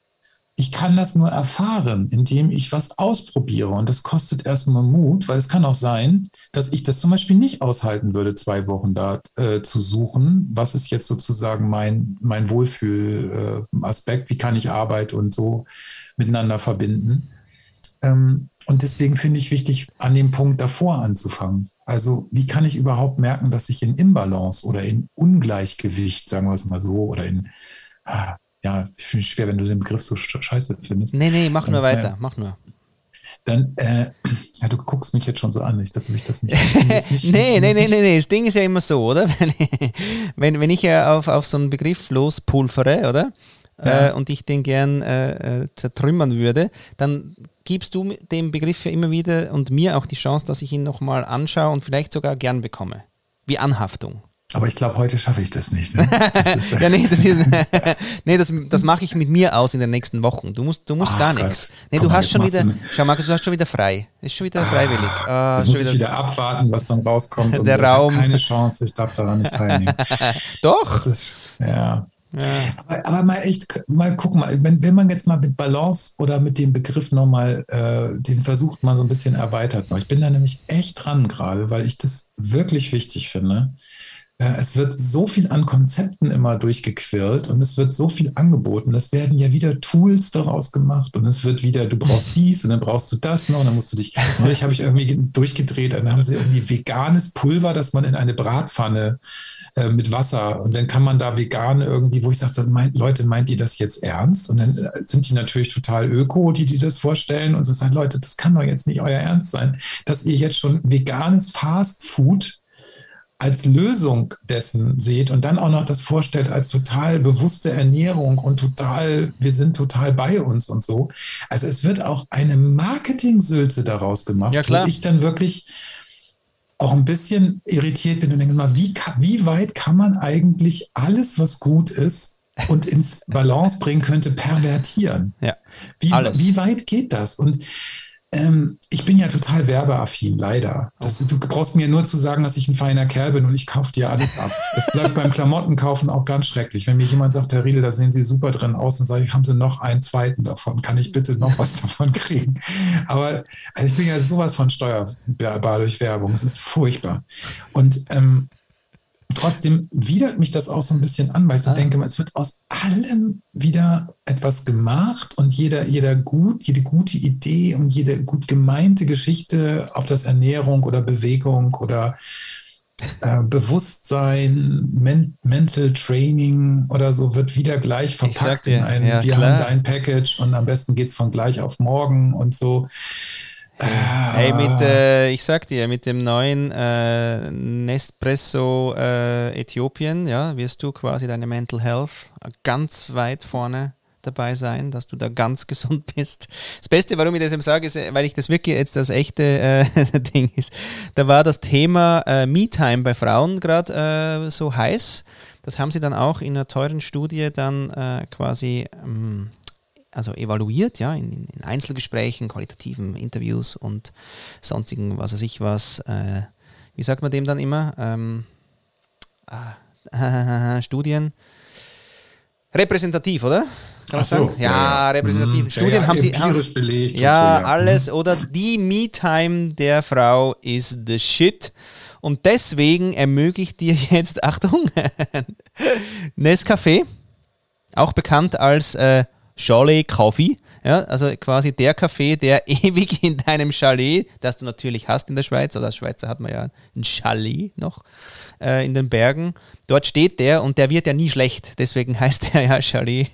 Ich kann das nur erfahren, indem ich was ausprobiere. Und das kostet erstmal Mut, weil es kann auch sein, dass ich das zum Beispiel nicht aushalten würde, zwei Wochen da äh, zu suchen. Was ist jetzt sozusagen mein, mein Wohlfühlaspekt? Äh, Wie kann ich Arbeit und so miteinander verbinden? Ähm, und deswegen finde ich wichtig, an dem Punkt davor anzufangen. Also wie kann ich überhaupt merken, dass ich in Imbalance oder in Ungleichgewicht, sagen wir es mal so, oder in... Ah, ja, ich finde es schwer, wenn du den Begriff so scheiße findest. Nee, nee, mach nur weiter, mehr, mach nur. Dann, äh, ja, du guckst mich jetzt schon so an, nicht, dass ich das nicht... Das nicht nee, nee, nee, nee, nee, das Ding ist ja immer so, oder? wenn, wenn ich ja auf, auf so einen Begriff lospulvere, oder? Ja. Äh, und ich den gern äh, zertrümmern würde, dann gibst du dem Begriff ja immer wieder und mir auch die Chance, dass ich ihn nochmal anschaue und vielleicht sogar gern bekomme. Wie Anhaftung. Aber ich glaube, heute schaffe ich das nicht. Ne? Das ist, ja, nee, das, ist, nee, das, das mache ich mit mir aus in den nächsten Wochen. Du musst, du musst Ach, gar nichts. Nee, du mal, hast schon wieder, schau Markus, du hast schon wieder frei. Ist schon wieder ah, freiwillig. Ah, jetzt muss wieder, ich wieder abwarten, was dann rauskommt. Und der Raum. Ich habe keine Chance, ich darf daran nicht teilnehmen. Doch. Das ist, ja. Ja. Aber, aber mal echt, mal gucken, mal, wenn, wenn man jetzt mal mit Balance oder mit dem Begriff nochmal, äh, den versucht man so ein bisschen erweitert. Ich bin da nämlich echt dran gerade, weil ich das wirklich wichtig finde. Es wird so viel an Konzepten immer durchgequirlt und es wird so viel angeboten. Es werden ja wieder Tools daraus gemacht und es wird wieder, du brauchst dies und dann brauchst du das noch und dann musst du dich, neulich habe ich irgendwie durchgedreht und dann haben sie irgendwie veganes Pulver, das man in eine Bratpfanne äh, mit Wasser und dann kann man da vegan irgendwie, wo ich sage, meint, Leute, meint ihr das jetzt ernst? Und dann sind die natürlich total öko, die die das vorstellen und so sagen, Leute, das kann doch jetzt nicht euer Ernst sein, dass ihr jetzt schon veganes Fast Food als Lösung dessen seht und dann auch noch das vorstellt als total bewusste Ernährung und total, wir sind total bei uns und so. Also es wird auch eine Marketing-Sülze daraus gemacht, ja, klar. Wo ich dann wirklich auch ein bisschen irritiert bin und denke mal, wie, wie weit kann man eigentlich alles, was gut ist, und ins Balance bringen könnte, pervertieren. Ja, wie, alles. wie weit geht das? Und ähm, ich bin ja total werbeaffin, leider. Das, du brauchst mir nur zu sagen, dass ich ein feiner Kerl bin und ich kaufe dir alles ab. Das läuft beim Klamottenkaufen auch ganz schrecklich. Wenn mir jemand sagt, Herr Riedel, da sehen Sie super drin aus, dann sage ich, haben Sie noch einen zweiten davon? Kann ich bitte noch was davon kriegen? Aber also ich bin ja sowas von steuerbar durch Werbung. Es ist furchtbar. Und ähm, trotzdem widert mich das auch so ein bisschen an, weil ich so ah. denke, es wird aus allem wieder etwas gemacht und jeder, jeder gut, jede gute Idee und jede gut gemeinte Geschichte, ob das Ernährung oder Bewegung oder äh, Bewusstsein, Men- Mental Training oder so, wird wieder gleich verpackt in ein, ja, wir klar. haben dein Package und am besten geht es von gleich auf morgen und so. Hey, mit, äh, ich sag dir, mit dem neuen äh, Nespresso äh, Äthiopien, ja, wirst du quasi deine Mental Health ganz weit vorne dabei sein, dass du da ganz gesund bist. Das Beste, warum ich das eben sage, ist, weil ich das wirklich jetzt das echte äh, Ding ist. Da war das Thema äh, Me-Time bei Frauen gerade äh, so heiß. Das haben sie dann auch in einer teuren Studie dann äh, quasi ähm, also evaluiert, ja, in, in Einzelgesprächen, qualitativen Interviews und sonstigen, was weiß ich was, äh, wie sagt man dem dann immer? Ähm, ah, Studien. Repräsentativ, oder? Kann man so, sagen? Ja, ja, repräsentativ. Hm, Studien ja, haben sie. Haben, belegt ja, so, ja, alles. Oder die Me-Time der Frau ist the shit. Und deswegen ermöglicht dir jetzt, Achtung, Nescafé, auch bekannt als äh, Chalet Coffee, ja, also quasi der Kaffee, der ewig in deinem Chalet, das du natürlich hast in der Schweiz, oder als Schweizer hat man ja ein Chalet noch äh, in den Bergen, dort steht der und der wird ja nie schlecht, deswegen heißt der ja Chalet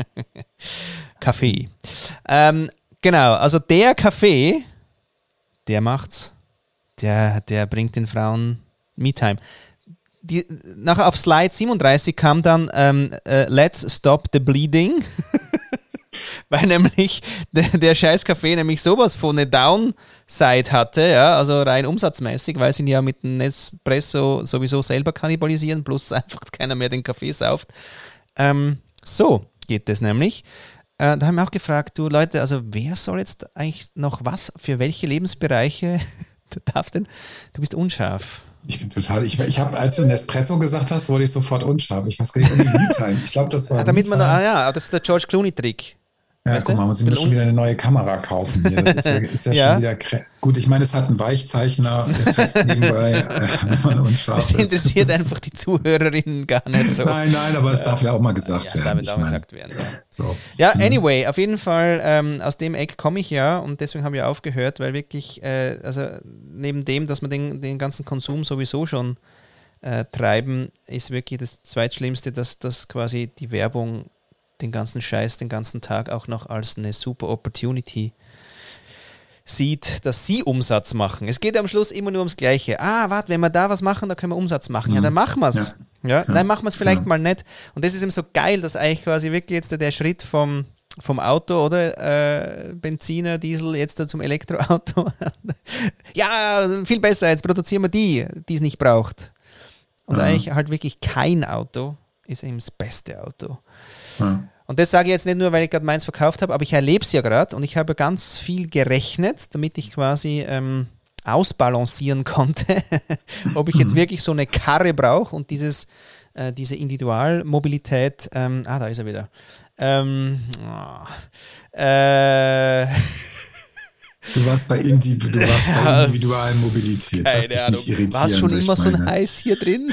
Kaffee. Ähm, genau, also der Kaffee, der macht's, der, der bringt den Frauen Me-Time. Die, nachher auf Slide siebenunddreißig kam dann ähm, äh, Let's Stop the Bleeding, weil nämlich der, der scheiß Kaffee nämlich sowas von eine Downside hatte, ja, also rein umsatzmäßig, weil sie ihn ja mit dem Nespresso sowieso selber kannibalisieren, plus einfach keiner mehr den Kaffee sauft. Ähm, so geht das nämlich. Äh, da haben wir auch gefragt, du Leute, also wer soll jetzt eigentlich noch was, für welche Lebensbereiche darfst denn? Du bist unscharf. Ich bin total, ich, ich habe, als du Nespresso gesagt hast, wurde ich sofort unscharf. Ich weiß gar nicht, um die Me-Time. Ich glaube, das war. Ja, damit man, ah ja, das ist der George Clooney-Trick. Ja, weißt guck mal, muss ich mir schon wieder eine neue Kamera kaufen hier. Das ist ja, ist ja, ja. schon wieder krä- gut. Ich meine, es hat einen Weichzeichner-Effekt nebenbei, äh, wenn man unscharf ist. Das interessiert ist, einfach die Zuhörerinnen gar nicht so. Nein, nein, aber es darf ja auch mal gesagt ja, werden. Es darf auch meine, gesagt werden. Ja, so. ja anyway, auf jeden Fall, ähm, aus dem Eck komme ich ja und deswegen haben wir aufgehört, weil wirklich, äh, also neben dem, dass wir den, den ganzen Konsum sowieso schon äh, treiben, ist wirklich das Zweitschlimmste, dass, dass quasi die Werbung den ganzen Scheiß, den ganzen Tag auch noch als eine super Opportunity sieht, dass sie Umsatz machen. Es geht am Schluss immer nur ums Gleiche. Ah, warte, wenn wir da was machen, dann können wir Umsatz machen. Ja, dann machen wir es. Ja. Ja, ja. Nein, machen wir es vielleicht ja. mal nicht. Und das ist eben so geil, dass eigentlich quasi wirklich jetzt der Schritt vom, vom Auto oder äh, Benziner, Diesel jetzt zum Elektroauto. Ja, viel besser, jetzt produzieren wir die, die es nicht braucht. Und ja. eigentlich halt wirklich kein Auto ist eben das beste Auto. Ja. Und das sage ich jetzt nicht nur, weil ich gerade meins verkauft habe, aber ich erlebe es ja gerade und ich habe ganz viel gerechnet, damit ich quasi ähm, ausbalancieren konnte, ob ich jetzt wirklich so eine Karre brauche und dieses, äh, diese Individualmobilität, ähm, ah, da ist er wieder. Ähm, oh, äh, Du warst bei, Indi- du warst bei individualen Mobilität. Keine dich Ahnung. Nicht irritieren. War es schon immer so ein Heiß hier drin?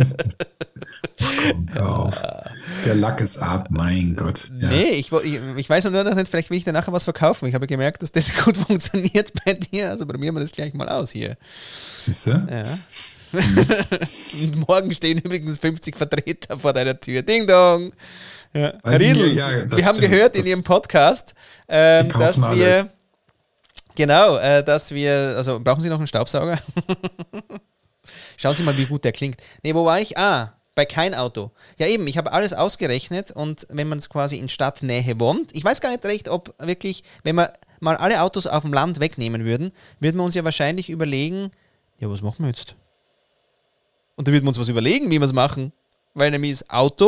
Komm, hör auf. Der Lack ist ab, mein Gott. Ja. Nee, ich, ich, ich weiß nur noch nicht, vielleicht will ich dir nachher was verkaufen. Ich habe gemerkt, dass das gut funktioniert bei dir. Also probieren wir das gleich mal aus hier. Siehst du? Ja. Mhm. Und morgen stehen übrigens fünfzig Vertreter vor deiner Tür. Ding dong. Ja. Herr Riedl, ja, wir stimmt. haben gehört in Ihrem Podcast, ähm, dass wir... Alles. Genau, äh, dass wir, also brauchen Sie noch einen Staubsauger? Schauen Sie mal, wie gut der klingt. Nee, wo war ich? Ah, bei kein Auto. Ja eben, ich habe alles ausgerechnet und wenn man es quasi in Stadtnähe wohnt, ich weiß gar nicht recht, ob wirklich, wenn wir mal alle Autos auf dem Land wegnehmen würden, würden wir uns ja wahrscheinlich überlegen, ja, was machen wir jetzt? Und da würden wir uns was überlegen, wie wir es machen. Weil nämlich das Auto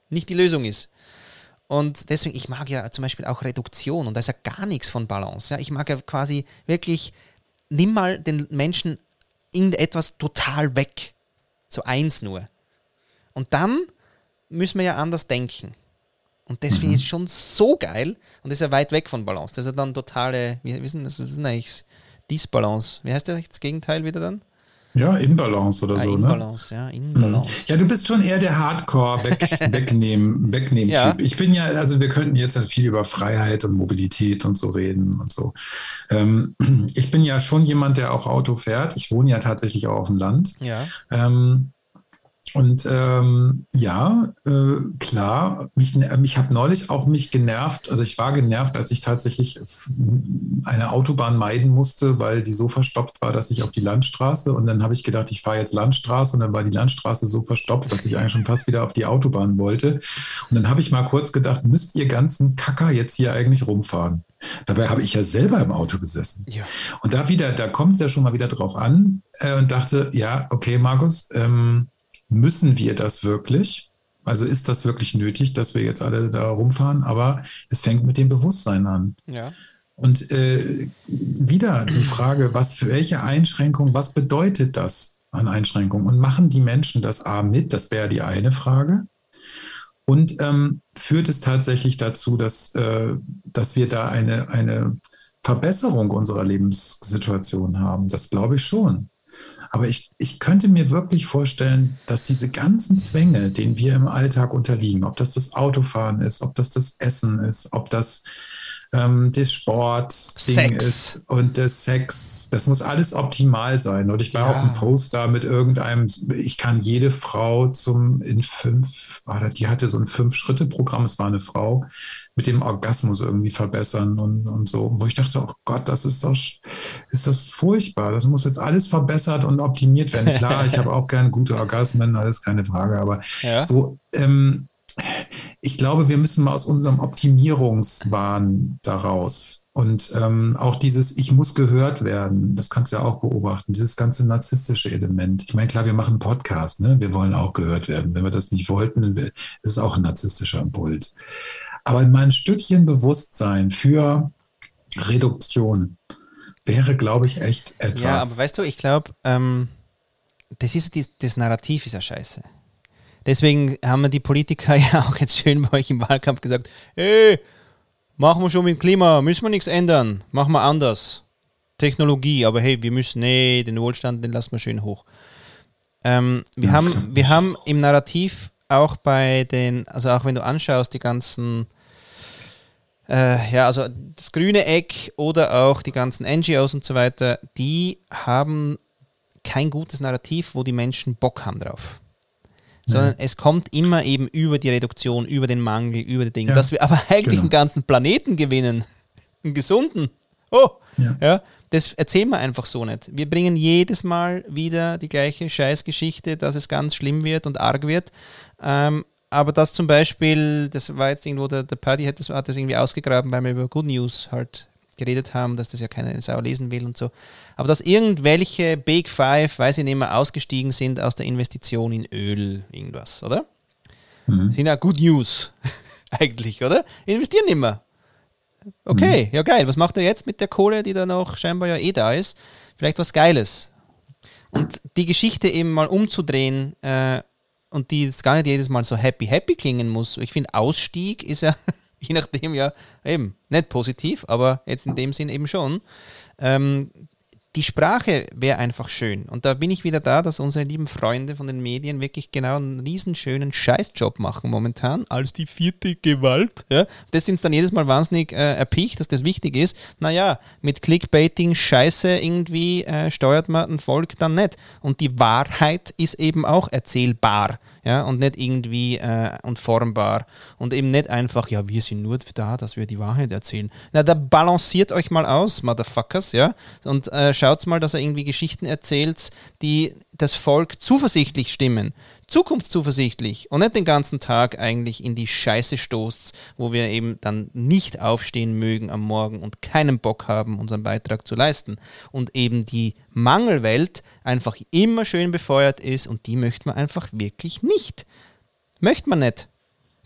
nicht die Lösung ist. Und deswegen, ich mag ja zum Beispiel auch Reduktion und da ist ja gar nichts von Balance. Ja? Ich mag ja quasi wirklich, nimm mal den Menschen irgendetwas total weg. So eins nur. Und dann müssen wir ja anders denken. Und das mhm. finde ich schon so geil und das ist ja weit weg von Balance. Das ist ja dann totale, wie wissen das, was ist denn eigentlich Disbalance? Wie heißt das Gegenteil wieder dann? Ja, Inbalance oder ah, so, Inbalance, ne? Ja, Inbalance. Ja, du bist schon eher der Hardcore-Wegnehmen, Wegnehmen-Typ. Ja. Ich bin ja, also wir könnten jetzt viel über Freiheit und Mobilität und so reden und so. Ähm, ich bin ja schon jemand, der auch Auto fährt. Ich wohne ja tatsächlich auch auf dem Land. Ja. Ähm, Und ähm, ja, äh, klar, mich, mich habe neulich auch mich genervt, also ich war genervt, als ich tatsächlich eine Autobahn meiden musste, weil die so verstopft war, dass ich auf die Landstraße und dann habe ich gedacht, ich fahre jetzt Landstraße und dann war die Landstraße so verstopft, dass ich eigentlich schon fast wieder auf die Autobahn wollte. Und dann habe ich mal kurz gedacht, müsst ihr ganzen Kacker jetzt hier eigentlich rumfahren? Dabei habe ich ja selber im Auto gesessen. Ja. Und da wieder, da kommt es ja schon mal wieder drauf an äh, und dachte, ja, okay, Markus, ähm, müssen wir das wirklich? Also ist das wirklich nötig, dass wir jetzt alle da rumfahren? Aber es fängt mit dem Bewusstsein an. Ja. Und äh, wieder die Frage, was für welche Einschränkung, was bedeutet das an Einschränkungen? Und machen die Menschen das A mit? Das wäre die eine Frage. Und ähm, führt es tatsächlich dazu, dass, äh, dass wir da eine, eine Verbesserung unserer Lebenssituation haben? Das glaube ich schon. Aber ich, ich könnte mir wirklich vorstellen, dass diese ganzen Zwänge, denen wir im Alltag unterliegen, ob das das Autofahren ist, ob das das Essen ist, ob das ähm, das Sportding ist und das Sex, das muss alles optimal sein. Und ich war ja. auch ein Poster mit irgendeinem, ich kann jede Frau zum in fünf, die hatte so ein Fünf-Schritte-Programm, es war eine Frau, mit dem Orgasmus irgendwie verbessern und, und so. Wo ich dachte, oh Gott, das ist doch, ist das furchtbar. Das muss jetzt alles verbessert und optimiert werden. Klar, ich habe auch gerne gute Orgasmen, alles keine Frage, aber ja. so, ähm, ich glaube, wir müssen mal aus unserem Optimierungswahn daraus. Und ähm, auch dieses Ich muss gehört werden, das kannst du ja auch beobachten, dieses ganze narzisstische Element. Ich meine, klar, wir machen einen Podcast, ne? Wir wollen auch gehört werden. Wenn wir das nicht wollten, ist es auch ein narzisstischer Impuls. Aber mal ein Stückchen Bewusstsein für Reduktion wäre, glaube ich, echt etwas. Ja, aber weißt du, ich glaube, ähm, das ist das, das Narrativ ist ja scheiße. Deswegen haben wir die Politiker ja auch jetzt schön bei euch im Wahlkampf gesagt, hey, machen wir schon mit dem Klima, müssen wir nichts ändern, machen wir anders. Technologie, aber hey, wir müssen, nee, den Wohlstand, den lassen wir schön hoch. Ähm, wir, ja, haben, wir haben im Narrativ auch bei den, also auch wenn du anschaust, die ganzen Äh, ja, also das grüne Eck oder auch die ganzen N G Os und so weiter, die haben kein gutes Narrativ, wo die Menschen Bock haben drauf. Sondern ja. es kommt immer eben über die Reduktion, über den Mangel, über die Dinge. Ja, dass wir aber eigentlich genau. einen ganzen Planeten gewinnen, einen gesunden. Oh, ja. ja, das erzählen wir einfach so nicht. Wir bringen jedes Mal wieder die gleiche Scheißgeschichte, dass es ganz schlimm wird und arg wird. Ähm, Aber das zum Beispiel, das war jetzt irgendwo, der, der Paddy hat das, hat das irgendwie ausgegraben, weil wir über Good News halt geredet haben, dass das ja keine Sau lesen will und so. Aber dass irgendwelche Big Five, weiß ich nicht mehr, ausgestiegen sind aus der Investition in Öl, irgendwas, oder? Mhm. Sind ja Good News, eigentlich, oder? Investieren nicht mehr. Okay, mhm. ja geil. Was macht er jetzt mit der Kohle, die da noch scheinbar ja eh da ist? Vielleicht was Geiles. Und die Geschichte eben mal umzudrehen, äh, und die jetzt gar nicht jedes Mal so happy, happy klingen muss. Ich finde, Ausstieg ist ja, je nachdem ja eben nicht positiv, aber jetzt in dem Sinn eben schon. Ähm, die Sprache wäre einfach schön. Und da bin ich wieder da, dass unsere lieben Freunde von den Medien wirklich genau einen riesenschönen Scheißjob machen momentan, als die vierte Gewalt. Ja? Das sind dann jedes Mal wahnsinnig äh, erpicht, dass das wichtig ist. Naja, mit Clickbaiting, Scheiße irgendwie äh, steuert man ein Volk dann nicht. Und die Wahrheit ist eben auch erzählbar. Ja, und nicht irgendwie äh, und formbar und eben nicht einfach, ja, wir sind nur da, dass wir die Wahrheit erzählen. Na, da balanciert euch mal aus, Motherfuckers, ja, und äh, schaut mal, dass ihr irgendwie Geschichten erzählt, die das Volk zuversichtlich stimmen, zukunftszuversichtlich und nicht den ganzen Tag eigentlich in die Scheiße stoßt, wo wir eben dann nicht aufstehen mögen am Morgen und keinen Bock haben, unseren Beitrag zu leisten und eben die Mangelwelt einfach immer schön befeuert ist und die möchte man einfach wirklich nicht. Möchte man nicht.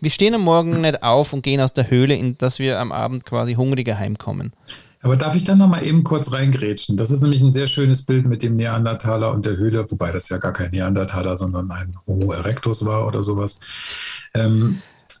Wir stehen am Morgen nicht auf und gehen aus der Höhle, in dass wir am Abend quasi hungriger heimkommen. Aber darf ich dann noch mal eben kurz reingrätschen? Das ist nämlich ein sehr schönes Bild mit dem Neandertaler und der Höhle, wobei das ja gar kein Neandertaler, sondern ein Homo erectus war oder sowas. Ähm,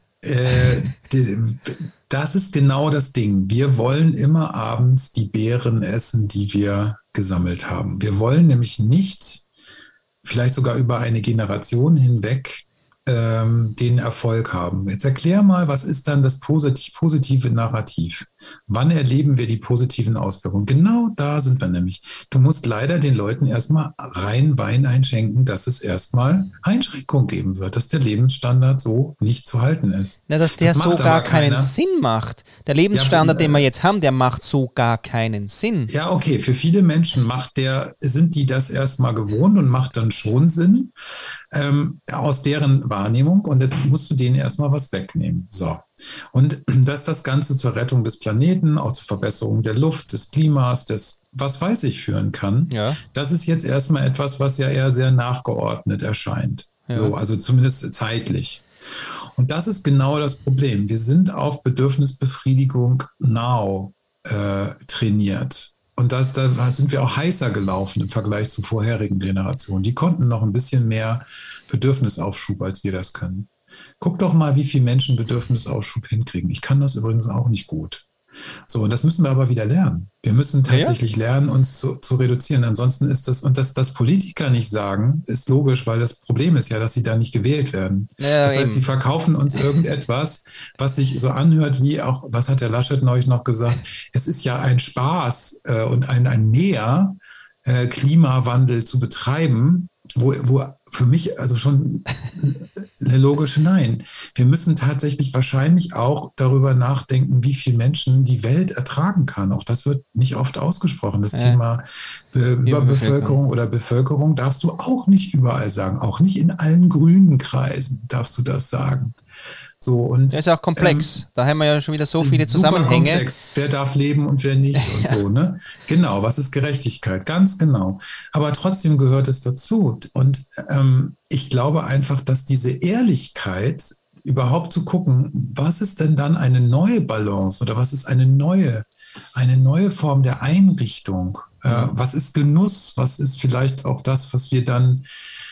äh, die, das ist genau das Ding. Wir wollen immer abends die Beeren essen, die wir gesammelt haben. Wir wollen nämlich nicht, vielleicht sogar über eine Generation hinweg, ähm, den Erfolg haben. Jetzt erklär mal, was ist dann das positiv, positive Narrativ? Wann erleben wir die positiven Auswirkungen? Genau da sind wir nämlich. Du musst leider den Leuten erstmal rein Wein einschenken, dass es erstmal Einschränkungen geben wird, dass der Lebensstandard so nicht zu halten ist. Na, dass der Das so macht gar aber keinen keiner. Sinn macht. Der Lebensstandard, Ja, den wir jetzt haben, der macht so gar keinen Sinn. Ja, okay, für viele Menschen macht der, sind die das erstmal gewohnt und macht dann schon Sinn ähm, aus deren Wahrnehmung, und jetzt musst du denen erstmal was wegnehmen. So. Und dass das Ganze zur Rettung des Planeten, auch zur Verbesserung der Luft, des Klimas, des was weiß ich führen kann, Ja. das ist jetzt erstmal etwas, was ja eher sehr nachgeordnet erscheint. Ja. So, also zumindest zeitlich. Und das ist genau das Problem. Wir sind auf Bedürfnisbefriedigung now äh, trainiert. Und das, da sind wir auch heißer gelaufen im Vergleich zu vorherigen Generationen. Die konnten noch ein bisschen mehr Bedürfnisaufschub, als wir das können. Guck doch mal, wie viele Menschen Bedürfnisaufschub hinkriegen. Ich kann das übrigens auch nicht gut. So, und das müssen wir aber wieder lernen. Wir müssen tatsächlich ja, ja. lernen, uns zu, zu reduzieren. Ansonsten ist das, und dass das Politiker nicht sagen, ist logisch, weil das Problem ist ja, dass sie da nicht gewählt werden. Ja, das heißt, eben. Sie verkaufen uns irgendetwas, was sich so anhört wie auch, was hat der Laschet neulich noch gesagt? Es ist ja ein Spaß äh, und ein, ein Mehr, äh, Klimawandel zu betreiben, wo, wo für mich also schon eine logische Nein. Wir müssen tatsächlich wahrscheinlich auch darüber nachdenken, wie viele Menschen die Welt ertragen kann. Auch das wird nicht oft ausgesprochen. Das ja. Thema Be- Überbevölkerung oder Bevölkerung darfst du auch nicht überall sagen. Auch nicht in allen grünen Kreisen darfst du das sagen. So, und, das ist auch komplex. Ähm, da haben wir ja schon wieder so viele Zusammenhänge. Komplex. Wer darf leben und wer nicht und ja. so, ne? Genau, was ist Gerechtigkeit? Ganz genau. Aber trotzdem gehört es dazu. Und ähm, ich glaube einfach, dass diese Ehrlichkeit, überhaupt zu gucken, was ist denn dann eine neue Balance oder was ist eine neue, eine neue Form der Einrichtung? Mhm. Äh, was ist Genuss? Was ist vielleicht auch das, was wir dann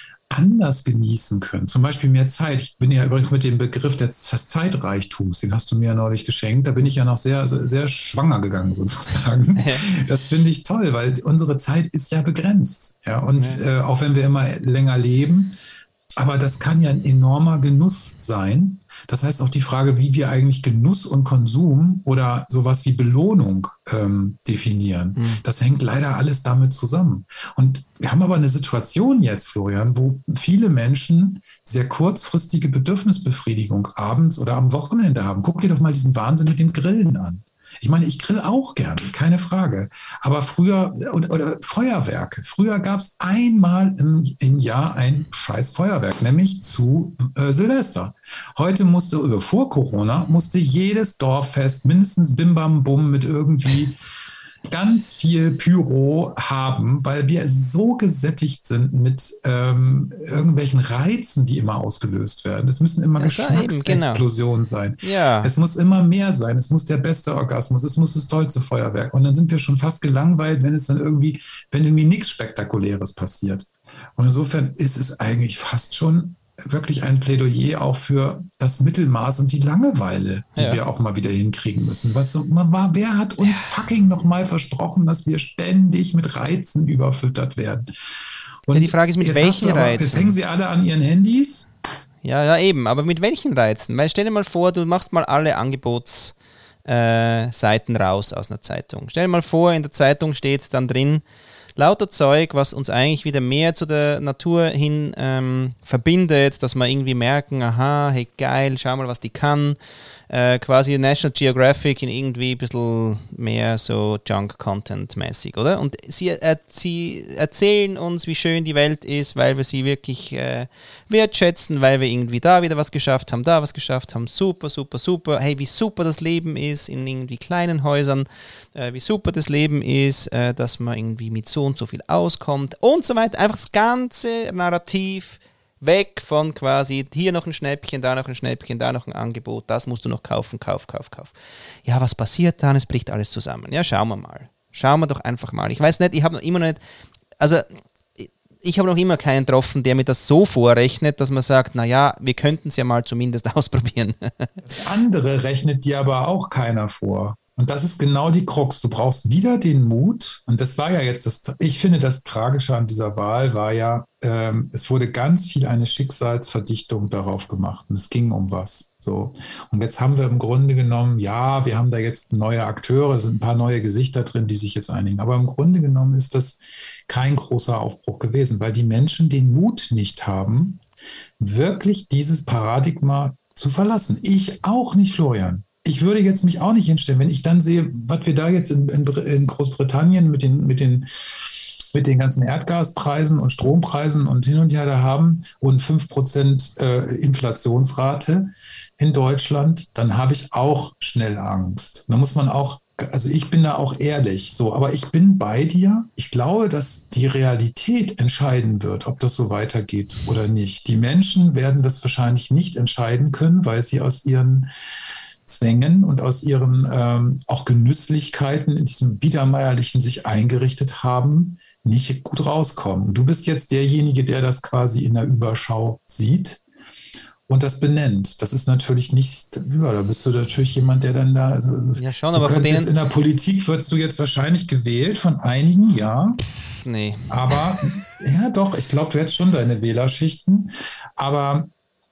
anders genießen können. Zum Beispiel mehr Zeit. Ich bin ja übrigens mit dem Begriff des Zeitreichtums, den hast du mir ja neulich geschenkt, da bin ich ja noch sehr, sehr schwanger gegangen sozusagen. Das finde ich toll, weil unsere Zeit ist ja begrenzt. Ja, und ja. Äh, auch wenn wir immer länger leben, aber das kann ja ein enormer Genuss sein. Das heißt auch die Frage, wie wir eigentlich Genuss und Konsum oder sowas wie Belohnung ähm, definieren. Mhm. Das hängt leider alles damit zusammen. Und wir haben aber eine Situation jetzt, Florian, wo viele Menschen sehr kurzfristige Bedürfnisbefriedigung abends oder am Wochenende haben. Guck dir doch mal diesen Wahnsinn mit dem Grillen an. Ich meine, ich grill auch gerne, keine Frage. Aber früher, oder, oder Feuerwerke. Früher gab es einmal im, im Jahr ein scheiß Feuerwerk, nämlich zu äh, Silvester. Heute musste, oder vor Corona, musste jedes Dorffest mindestens Bim Bam Bum mit irgendwie ganz viel Pyro haben, weil wir so gesättigt sind mit ähm, irgendwelchen Reizen, die immer ausgelöst werden. Es müssen immer Geschmacksexplosionen genau. sein. Ja. Es muss immer mehr sein. Es muss der beste Orgasmus. Es muss das tollste Feuerwerk. Und dann sind wir schon fast gelangweilt, wenn es dann irgendwie, wenn irgendwie nichts Spektakuläres passiert. Und insofern ist es eigentlich fast schon wirklich ein Plädoyer auch für das Mittelmaß und die Langeweile, die ja. wir auch mal wieder hinkriegen müssen. Was, wer hat uns fucking nochmal versprochen, dass wir ständig mit Reizen überfüttert werden? Und ja, die Frage ist, mit welchen aber, Reizen? Jetzt hängen sie alle an ihren Handys. Ja, ja, eben. Aber mit welchen Reizen? Weil stell dir mal vor, du machst mal alle Angebotsseiten äh, raus aus einer Zeitung. Stell dir mal vor, in der Zeitung steht dann drin, lauter Zeug, was uns eigentlich wieder mehr zu der Natur hin ähm, verbindet, dass wir irgendwie merken, aha, hey geil, schau mal, was die kann. Äh, quasi National Geographic in irgendwie ein bisschen mehr so Junk-Content-mäßig, oder? Und sie, äh, sie erzählen uns, wie schön die Welt ist, weil wir sie wirklich äh, wertschätzen, weil wir irgendwie da wieder was geschafft haben, da was geschafft haben. Super, super, super. Hey, wie super das Leben ist in irgendwie kleinen Häusern. Äh, wie super das Leben ist, äh, dass man irgendwie mit so und so viel auskommt und so weiter. Einfach das ganze Narrativ Weg von quasi hier noch ein Schnäppchen, da noch ein Schnäppchen, da noch ein Angebot, das musst du noch kaufen, kauf, kauf, kauf. Ja, was passiert dann? Es bricht alles zusammen. Ja, schauen wir mal. Schauen wir doch einfach mal. Ich weiß nicht, ich habe noch immer noch nicht, also ich habe noch immer keinen getroffen, der mir das so vorrechnet, dass man sagt, naja, wir könnten es ja mal zumindest ausprobieren. Das andere rechnet dir aber auch keiner vor. Und das ist genau die Krux. Du brauchst wieder den Mut. Und das war ja jetzt, das, ich finde, das Tragische an dieser Wahl war ja, ähm, es wurde ganz viel eine Schicksalsverdichtung darauf gemacht. Und es ging um was. So. Und jetzt haben wir im Grunde genommen, ja, wir haben da jetzt neue Akteure, es sind ein paar neue Gesichter drin, die sich jetzt einigen. Aber im Grunde genommen ist das kein großer Aufbruch gewesen, weil die Menschen den Mut nicht haben, wirklich dieses Paradigma zu verlassen. Ich auch nicht, Florian. Ich würde jetzt mich auch nicht hinstellen, wenn ich dann sehe, was wir da jetzt in, in, in Großbritannien mit den, mit, den, mit den ganzen Erdgaspreisen und Strompreisen und hin und her da haben und fünf Prozent äh, Inflationsrate in Deutschland, dann habe ich auch schnell Angst. Da muss man auch, also ich bin da auch ehrlich, so, aber ich bin bei dir. Ich glaube, dass die Realität entscheiden wird, ob das so weitergeht oder nicht. Die Menschen werden das wahrscheinlich nicht entscheiden können, weil sie aus ihren Zwängen und aus ihren ähm, auch Genüsslichkeiten in diesem Biedermeierlichen sich eingerichtet haben, nicht gut rauskommen. Du bist jetzt derjenige, der das quasi in der Überschau sieht und das benennt. Das ist natürlich nicht, ja, da bist du natürlich jemand, der dann da, also ja schon, aber von denen jetzt in der Politik wirst du jetzt wahrscheinlich gewählt von einigen, ja. Nee. Aber, ja doch, ich glaube, du hättest schon deine Wählerschichten, aber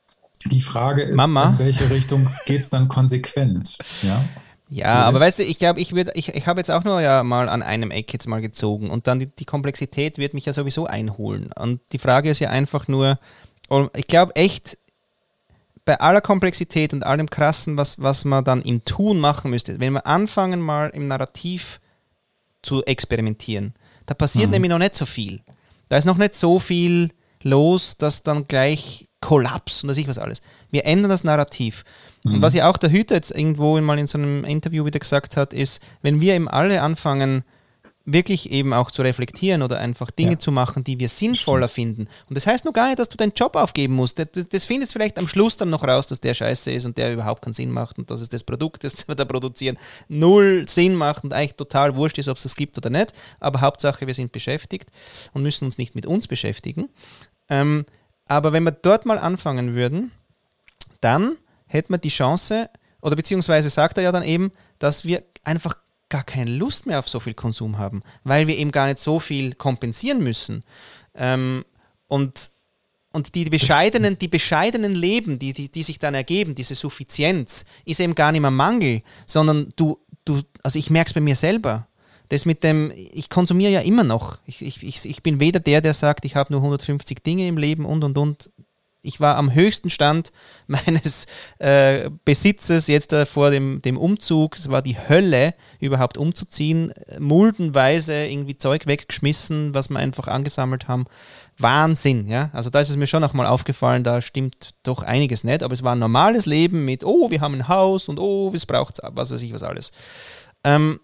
die Frage ist, Mama, in welche Richtung geht es dann konsequent? Ja, ja, aber weißt du, ich glaube, ich, ich, ich habe jetzt auch nur ja mal an einem Eck jetzt mal gezogen und dann die, die Komplexität wird mich ja sowieso einholen. Und die Frage ist ja einfach nur, ich glaube echt, bei aller Komplexität und allem Krassen, was, was man dann im Tun machen müsste, wenn wir anfangen mal im Narrativ zu experimentieren, da passiert mhm. nämlich noch nicht so viel. Da ist noch nicht so viel los, dass dann gleich Kollaps und das ich was alles. Wir ändern das Narrativ. Mhm. Und was ja auch der Hüter jetzt irgendwo mal in so einem Interview wieder gesagt hat, ist, wenn wir eben alle anfangen, wirklich eben auch zu reflektieren oder einfach Dinge ja. zu machen, die wir sinnvoller Stimmt. finden. Und das heißt nur gar nicht, dass du deinen Job aufgeben musst. Das, das findest du vielleicht am Schluss dann noch raus, dass der scheiße ist und der überhaupt keinen Sinn macht und dass es das Produkt, das wir da produzieren, null Sinn macht und eigentlich total wurscht ist, ob es das gibt oder nicht. Aber Hauptsache, wir sind beschäftigt und müssen uns nicht mit uns beschäftigen. Ähm, aber wenn wir dort mal anfangen würden, dann hätten wir die Chance, oder beziehungsweise sagt er ja dann eben, dass wir einfach gar keine Lust mehr auf so viel Konsum haben, weil wir eben gar nicht so viel kompensieren müssen. Ähm, und, und die bescheidenen, die bescheidenen Leben, die, die, die sich dann ergeben, diese Suffizienz, ist eben gar nicht mehr Mangel, sondern du, du, also ich merke es bei mir selber. Das mit dem, ich konsumiere ja immer noch. Ich, ich, ich, ich bin weder der, der sagt, ich habe nur hundertfünfzig Dinge im Leben und und und. Ich war am höchsten Stand meines äh, Besitzes jetzt äh, vor dem, dem Umzug. Es war die Hölle, überhaupt umzuziehen. Muldenweise irgendwie Zeug weggeschmissen, was wir einfach angesammelt haben. Wahnsinn, ja. Also da ist es mir schon nochmal aufgefallen, da stimmt doch einiges nicht. Aber es war ein normales Leben mit, oh, wir haben ein Haus und oh, es braucht was weiß ich was alles. Ähm,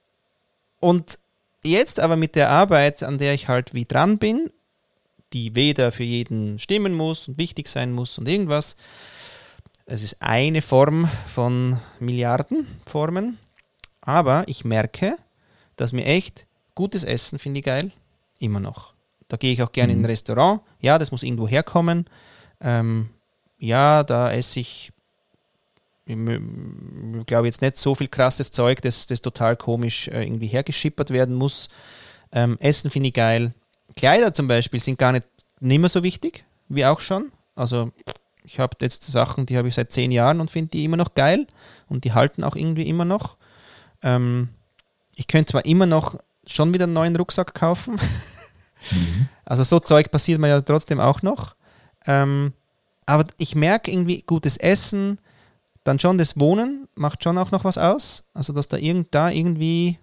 und jetzt aber mit der Arbeit, an der ich halt wie dran bin, die weder für jeden stimmen muss und wichtig sein muss und irgendwas. Es ist eine Form von Milliardenformen, aber ich merke, dass mir echt gutes Essen, finde ich geil, immer noch. Da gehe ich auch gerne mhm. in ein Restaurant. Ja, das muss irgendwo herkommen. Ähm, ja, da esse ich, ich glaube jetzt nicht so viel krasses Zeug, das, das total komisch äh, irgendwie hergeschippert werden muss. Ähm, Essen finde ich geil. Kleider zum Beispiel sind gar nicht, nicht mehr so wichtig, wie auch schon. Also ich habe jetzt Sachen, die habe ich seit zehn Jahren und finde die immer noch geil und die halten auch irgendwie immer noch. Ähm, ich könnte zwar immer noch schon wieder einen neuen Rucksack kaufen. Mhm. Also so Zeug passiert mir ja trotzdem auch noch. Ähm, aber ich merke irgendwie, gutes Essen, dann schon das Wohnen macht schon auch noch was aus. Also dass da, irgend, da irgendwie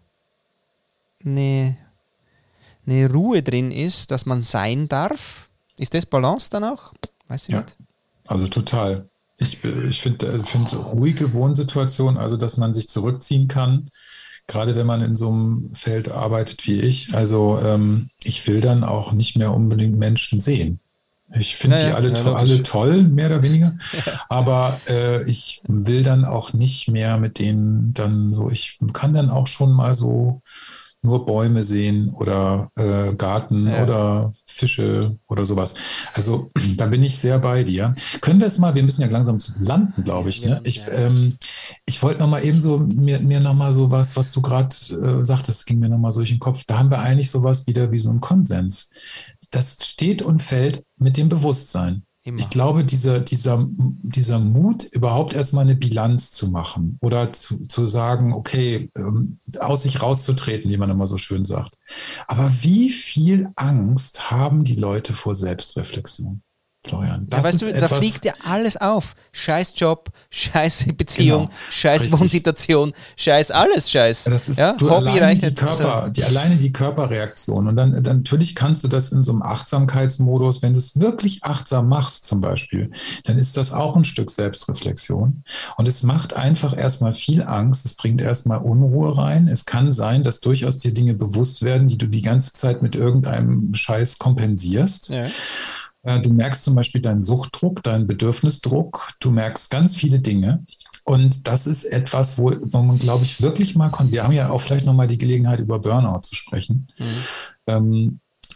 eine, eine Ruhe drin ist, dass man sein darf. Ist das Balance dann auch? Weiß ich ja, nicht. Also total. Ich, ich finde find ruhige Wohnsituationen, also dass man sich zurückziehen kann, gerade wenn man in so einem Feld arbeitet wie ich. Also ähm, ich will dann auch nicht mehr unbedingt Menschen sehen. Ich finde ja, die alle, ja, to alle toll, mehr oder weniger. Aber äh, ich will dann auch nicht mehr mit denen dann so, ich kann dann auch schon mal so nur Bäume sehen oder äh, Garten ja. oder Fische oder sowas. Also da bin ich sehr bei dir. Können wir es mal, wir müssen ja langsam landen, glaube ich. Ne? Ich, ähm, ich wollte noch mal eben so, mir, mir noch mal so was, was du gerade äh, sagtest, ging mir noch mal so durch den Kopf. Da haben wir eigentlich sowas wieder wie so einen Konsens. Das steht und fällt mit dem Bewusstsein. Immer. Ich glaube, dieser, dieser, dieser Mut, überhaupt erstmal eine Bilanz zu machen oder zu, zu sagen, okay, ähm, aus sich rauszutreten, wie man immer so schön sagt. Aber wie viel Angst haben die Leute vor Selbstreflexion? Florian, das ja, weißt ist du, etwas, da fliegt ja alles auf. Scheiß Job, scheiß Beziehung, genau, scheiß richtig. Wohnsituation, scheiß alles, scheiß. Das ist ja, du Hobby alleine reicht die Körper, also. die alleine die Körperreaktion. Und dann, dann natürlich kannst du das in so einem Achtsamkeitsmodus, wenn du es wirklich achtsam machst zum Beispiel, dann ist das auch ein Stück Selbstreflexion. Und es macht einfach erstmal viel Angst, es bringt erstmal Unruhe rein. Es kann sein, dass durchaus dir Dinge bewusst werden, die du die ganze Zeit mit irgendeinem Scheiß kompensierst. Ja. Du merkst zum Beispiel deinen Suchtdruck, deinen Bedürfnisdruck, du merkst ganz viele Dinge. Und das ist etwas, wo, wo man, glaube ich, wirklich mal kommt. Wir haben ja auch vielleicht nochmal die Gelegenheit, über Burnout zu sprechen. Mhm. Ähm,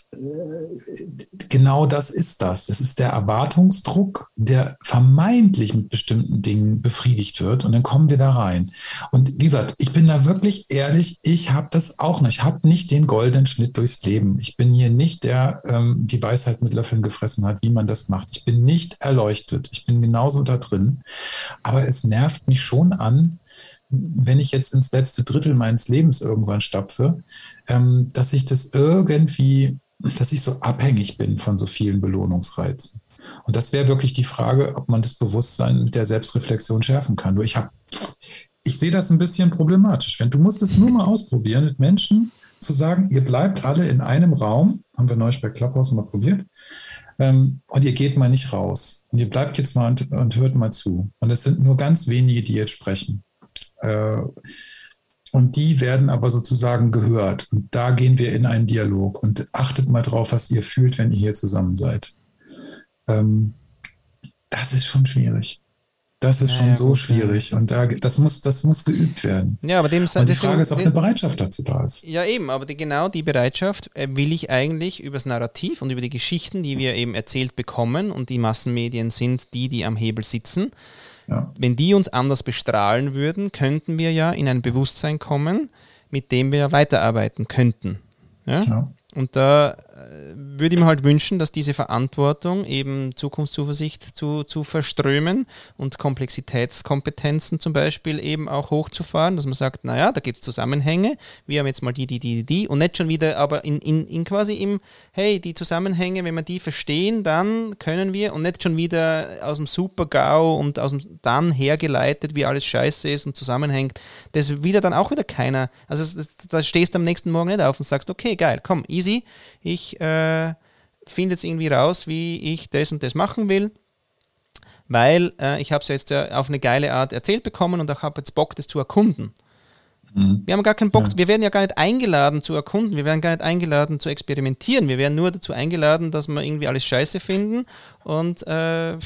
genau das ist das. Es ist der Erwartungsdruck, der vermeintlich mit bestimmten Dingen befriedigt wird. Und dann kommen wir da rein. Und wie gesagt, ich bin da wirklich ehrlich, ich habe das auch nicht. Ich habe nicht den goldenen Schnitt durchs Leben. Ich bin hier nicht der, ähm, die Weisheit mit Löffeln gefressen hat, wie man das macht. Ich bin nicht erleuchtet. Ich bin genauso da drin. Aber es nervt mich schon an, wenn ich jetzt ins letzte Drittel meines Lebens irgendwann stapfe, ähm, dass ich das irgendwie, dass ich so abhängig bin von so vielen Belohnungsreizen. Und das wäre wirklich die Frage, ob man das Bewusstsein mit der Selbstreflexion schärfen kann. Nur ich habe, ich sehe das ein bisschen problematisch. Wenn du musst es nur mal ausprobieren, mit Menschen zu sagen, ihr bleibt alle in einem Raum, haben wir neulich bei Clubhouse mal probiert, ähm, und ihr geht mal nicht raus. Und ihr bleibt jetzt mal und, und hört mal zu. Und es sind nur ganz wenige, die jetzt sprechen. Und die werden aber sozusagen gehört. Und da gehen wir in einen Dialog. Und achtet mal drauf, was ihr fühlt, wenn ihr hier zusammen seid. Das ist schon schwierig. Das ist schon ja, so gut, schwierig. Ja. Und da, das, muss, das muss geübt werden. Ja, aber dem, und die Frage ist, ob eine Bereitschaft dazu da ist. Ja, eben. Aber die, genau die Bereitschaft will ich eigentlich über das Narrativ und über die Geschichten, die wir eben erzählt bekommen. Und die Massenmedien sind die, die am Hebel sitzen. Ja. Wenn die uns anders bestrahlen würden, könnten wir ja in ein Bewusstsein kommen, mit dem wir weiterarbeiten könnten. Ja? Ja. Und da äh, würde ich mir halt wünschen, dass diese Verantwortung, eben Zukunftszuversicht zu, zu verströmen und Komplexitätskompetenzen zum Beispiel eben auch hochzufahren, dass man sagt, naja, da gibt es Zusammenhänge, wir haben jetzt mal die, die, die, die und nicht schon wieder, aber in, in, in quasi im, hey, die Zusammenhänge, wenn wir die verstehen, dann können wir und nicht schon wieder aus dem Super-GAU und aus dem dann hergeleitet, wie alles scheiße ist und zusammenhängt, das will dann auch wieder keiner, also das, da stehst du am nächsten Morgen nicht auf und sagst, okay, geil, komm, easy, ich äh, finde jetzt irgendwie raus, wie ich das und das machen will, weil äh, ich habe es jetzt äh, auf eine geile Art erzählt bekommen und ich habe jetzt Bock, das zu erkunden. Mhm. Wir haben gar keinen Bock, ja. wir werden ja gar nicht eingeladen zu erkunden, wir werden gar nicht eingeladen zu experimentieren, wir werden nur dazu eingeladen, dass wir irgendwie alles scheiße finden und äh,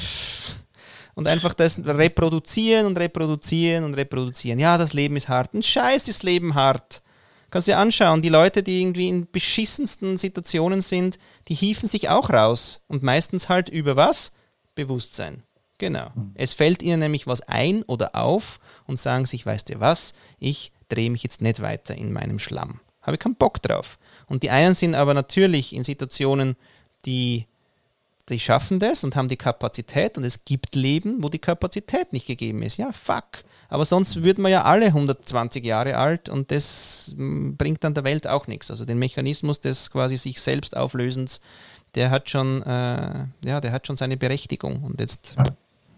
und einfach das reproduzieren und reproduzieren und reproduzieren. Ja, das Leben ist hart. Ein Scheiß ist Leben hart. Kannst du dir anschauen, die Leute, die irgendwie in beschissensten Situationen sind, die hieven sich auch raus. Und meistens halt über was? Bewusstsein. Genau. Mhm. Es fällt ihnen nämlich was ein oder auf und sagen sich, weißt du was, ich drehe mich jetzt nicht weiter in meinem Schlamm. Habe ich keinen Bock drauf. Und die einen sind aber natürlich in Situationen, die, die schaffen das und haben die Kapazität und es gibt Leben, wo die Kapazität nicht gegeben ist. Ja, fuck. Aber sonst würden wir ja alle hundertzwanzig Jahre alt und das bringt dann der Welt auch nichts. Also den Mechanismus des quasi sich selbst Auflösens, der hat schon, äh, ja, der hat schon seine Berechtigung. Und jetzt. Ja.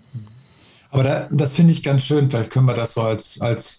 Aber da, das finde ich ganz schön. Vielleicht können wir das so als, als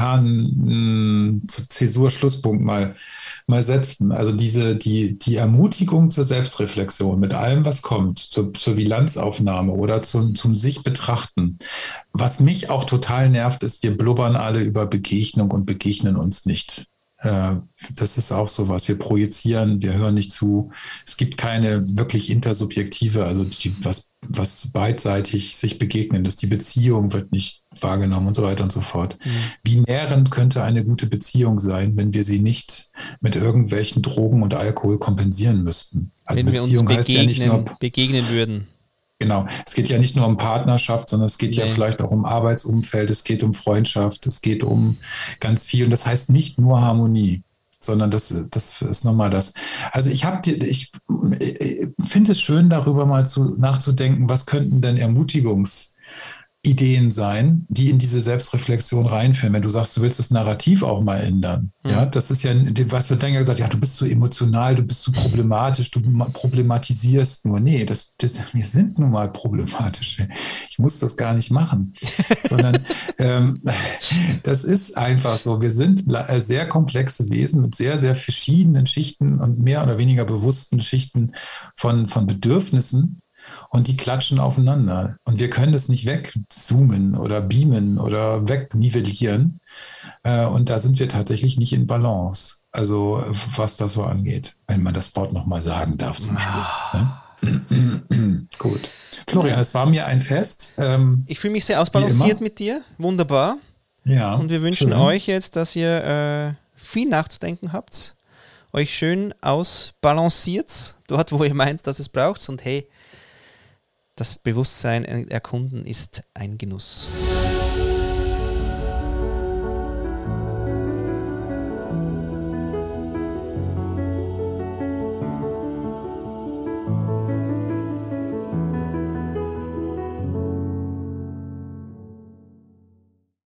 momentanen Zäsur-Schlusspunkt mal, mal setzen. Also diese, die, die Ermutigung zur Selbstreflexion mit allem, was kommt, zur, zur Bilanzaufnahme oder zum, zum sich betrachten. Was mich auch total nervt, ist, wir blubbern alle über Begegnung und begegnen uns nicht. Äh, das ist auch sowas. Wir projizieren, wir hören nicht zu. Es gibt keine wirklich intersubjektive, also die, was, was beidseitig sich begegnen ist. Die Beziehung wird nicht wahrgenommen und so weiter und so fort. Mhm. Wie nährend könnte eine gute Beziehung sein, wenn wir sie nicht mit irgendwelchen Drogen und Alkohol kompensieren müssten? Also wenn Beziehung wir uns begegnen, heißt ja nicht nur, begegnen würden. Genau, es geht ja nicht nur um Partnerschaft, sondern es geht nee. ja vielleicht auch um Arbeitsumfeld, es geht um Freundschaft, es geht um ganz viel. Und das heißt nicht nur Harmonie, sondern das, das ist nochmal das. Also ich habe, ich finde es schön, darüber mal zu, nachzudenken, was könnten denn Ermutigungsideen sein, die in diese Selbstreflexion reinführen. Wenn du sagst, du willst das Narrativ auch mal ändern. Mhm. Ja, das ist ja, was wird dann ja gesagt, ja, du bist so emotional, du bist so problematisch, du problematisierst nur. Nee, das, das, wir sind nun mal problematisch. Ich muss das gar nicht machen. Sondern ähm, das ist einfach so. Wir sind sehr komplexe Wesen mit sehr, sehr verschiedenen Schichten und mehr oder weniger bewussten Schichten von, von Bedürfnissen. Und die klatschen aufeinander. Und wir können das nicht wegzoomen oder beamen oder wegnivellieren. Und da sind wir tatsächlich nicht in Balance. Also was das so angeht, wenn man das Wort nochmal sagen darf zum Schluss. Ne? Gut. Florian, es war mir ein Fest. Ähm, ich fühle mich sehr ausbalanciert mit dir. Wunderbar. Ja. Und wir wünschen schön. euch jetzt, dass ihr äh, viel nachzudenken habt. Euch schön ausbalanciert. Dort, wo ihr meint, dass es braucht. Und hey, das Bewusstsein erkunden ist ein Genuss.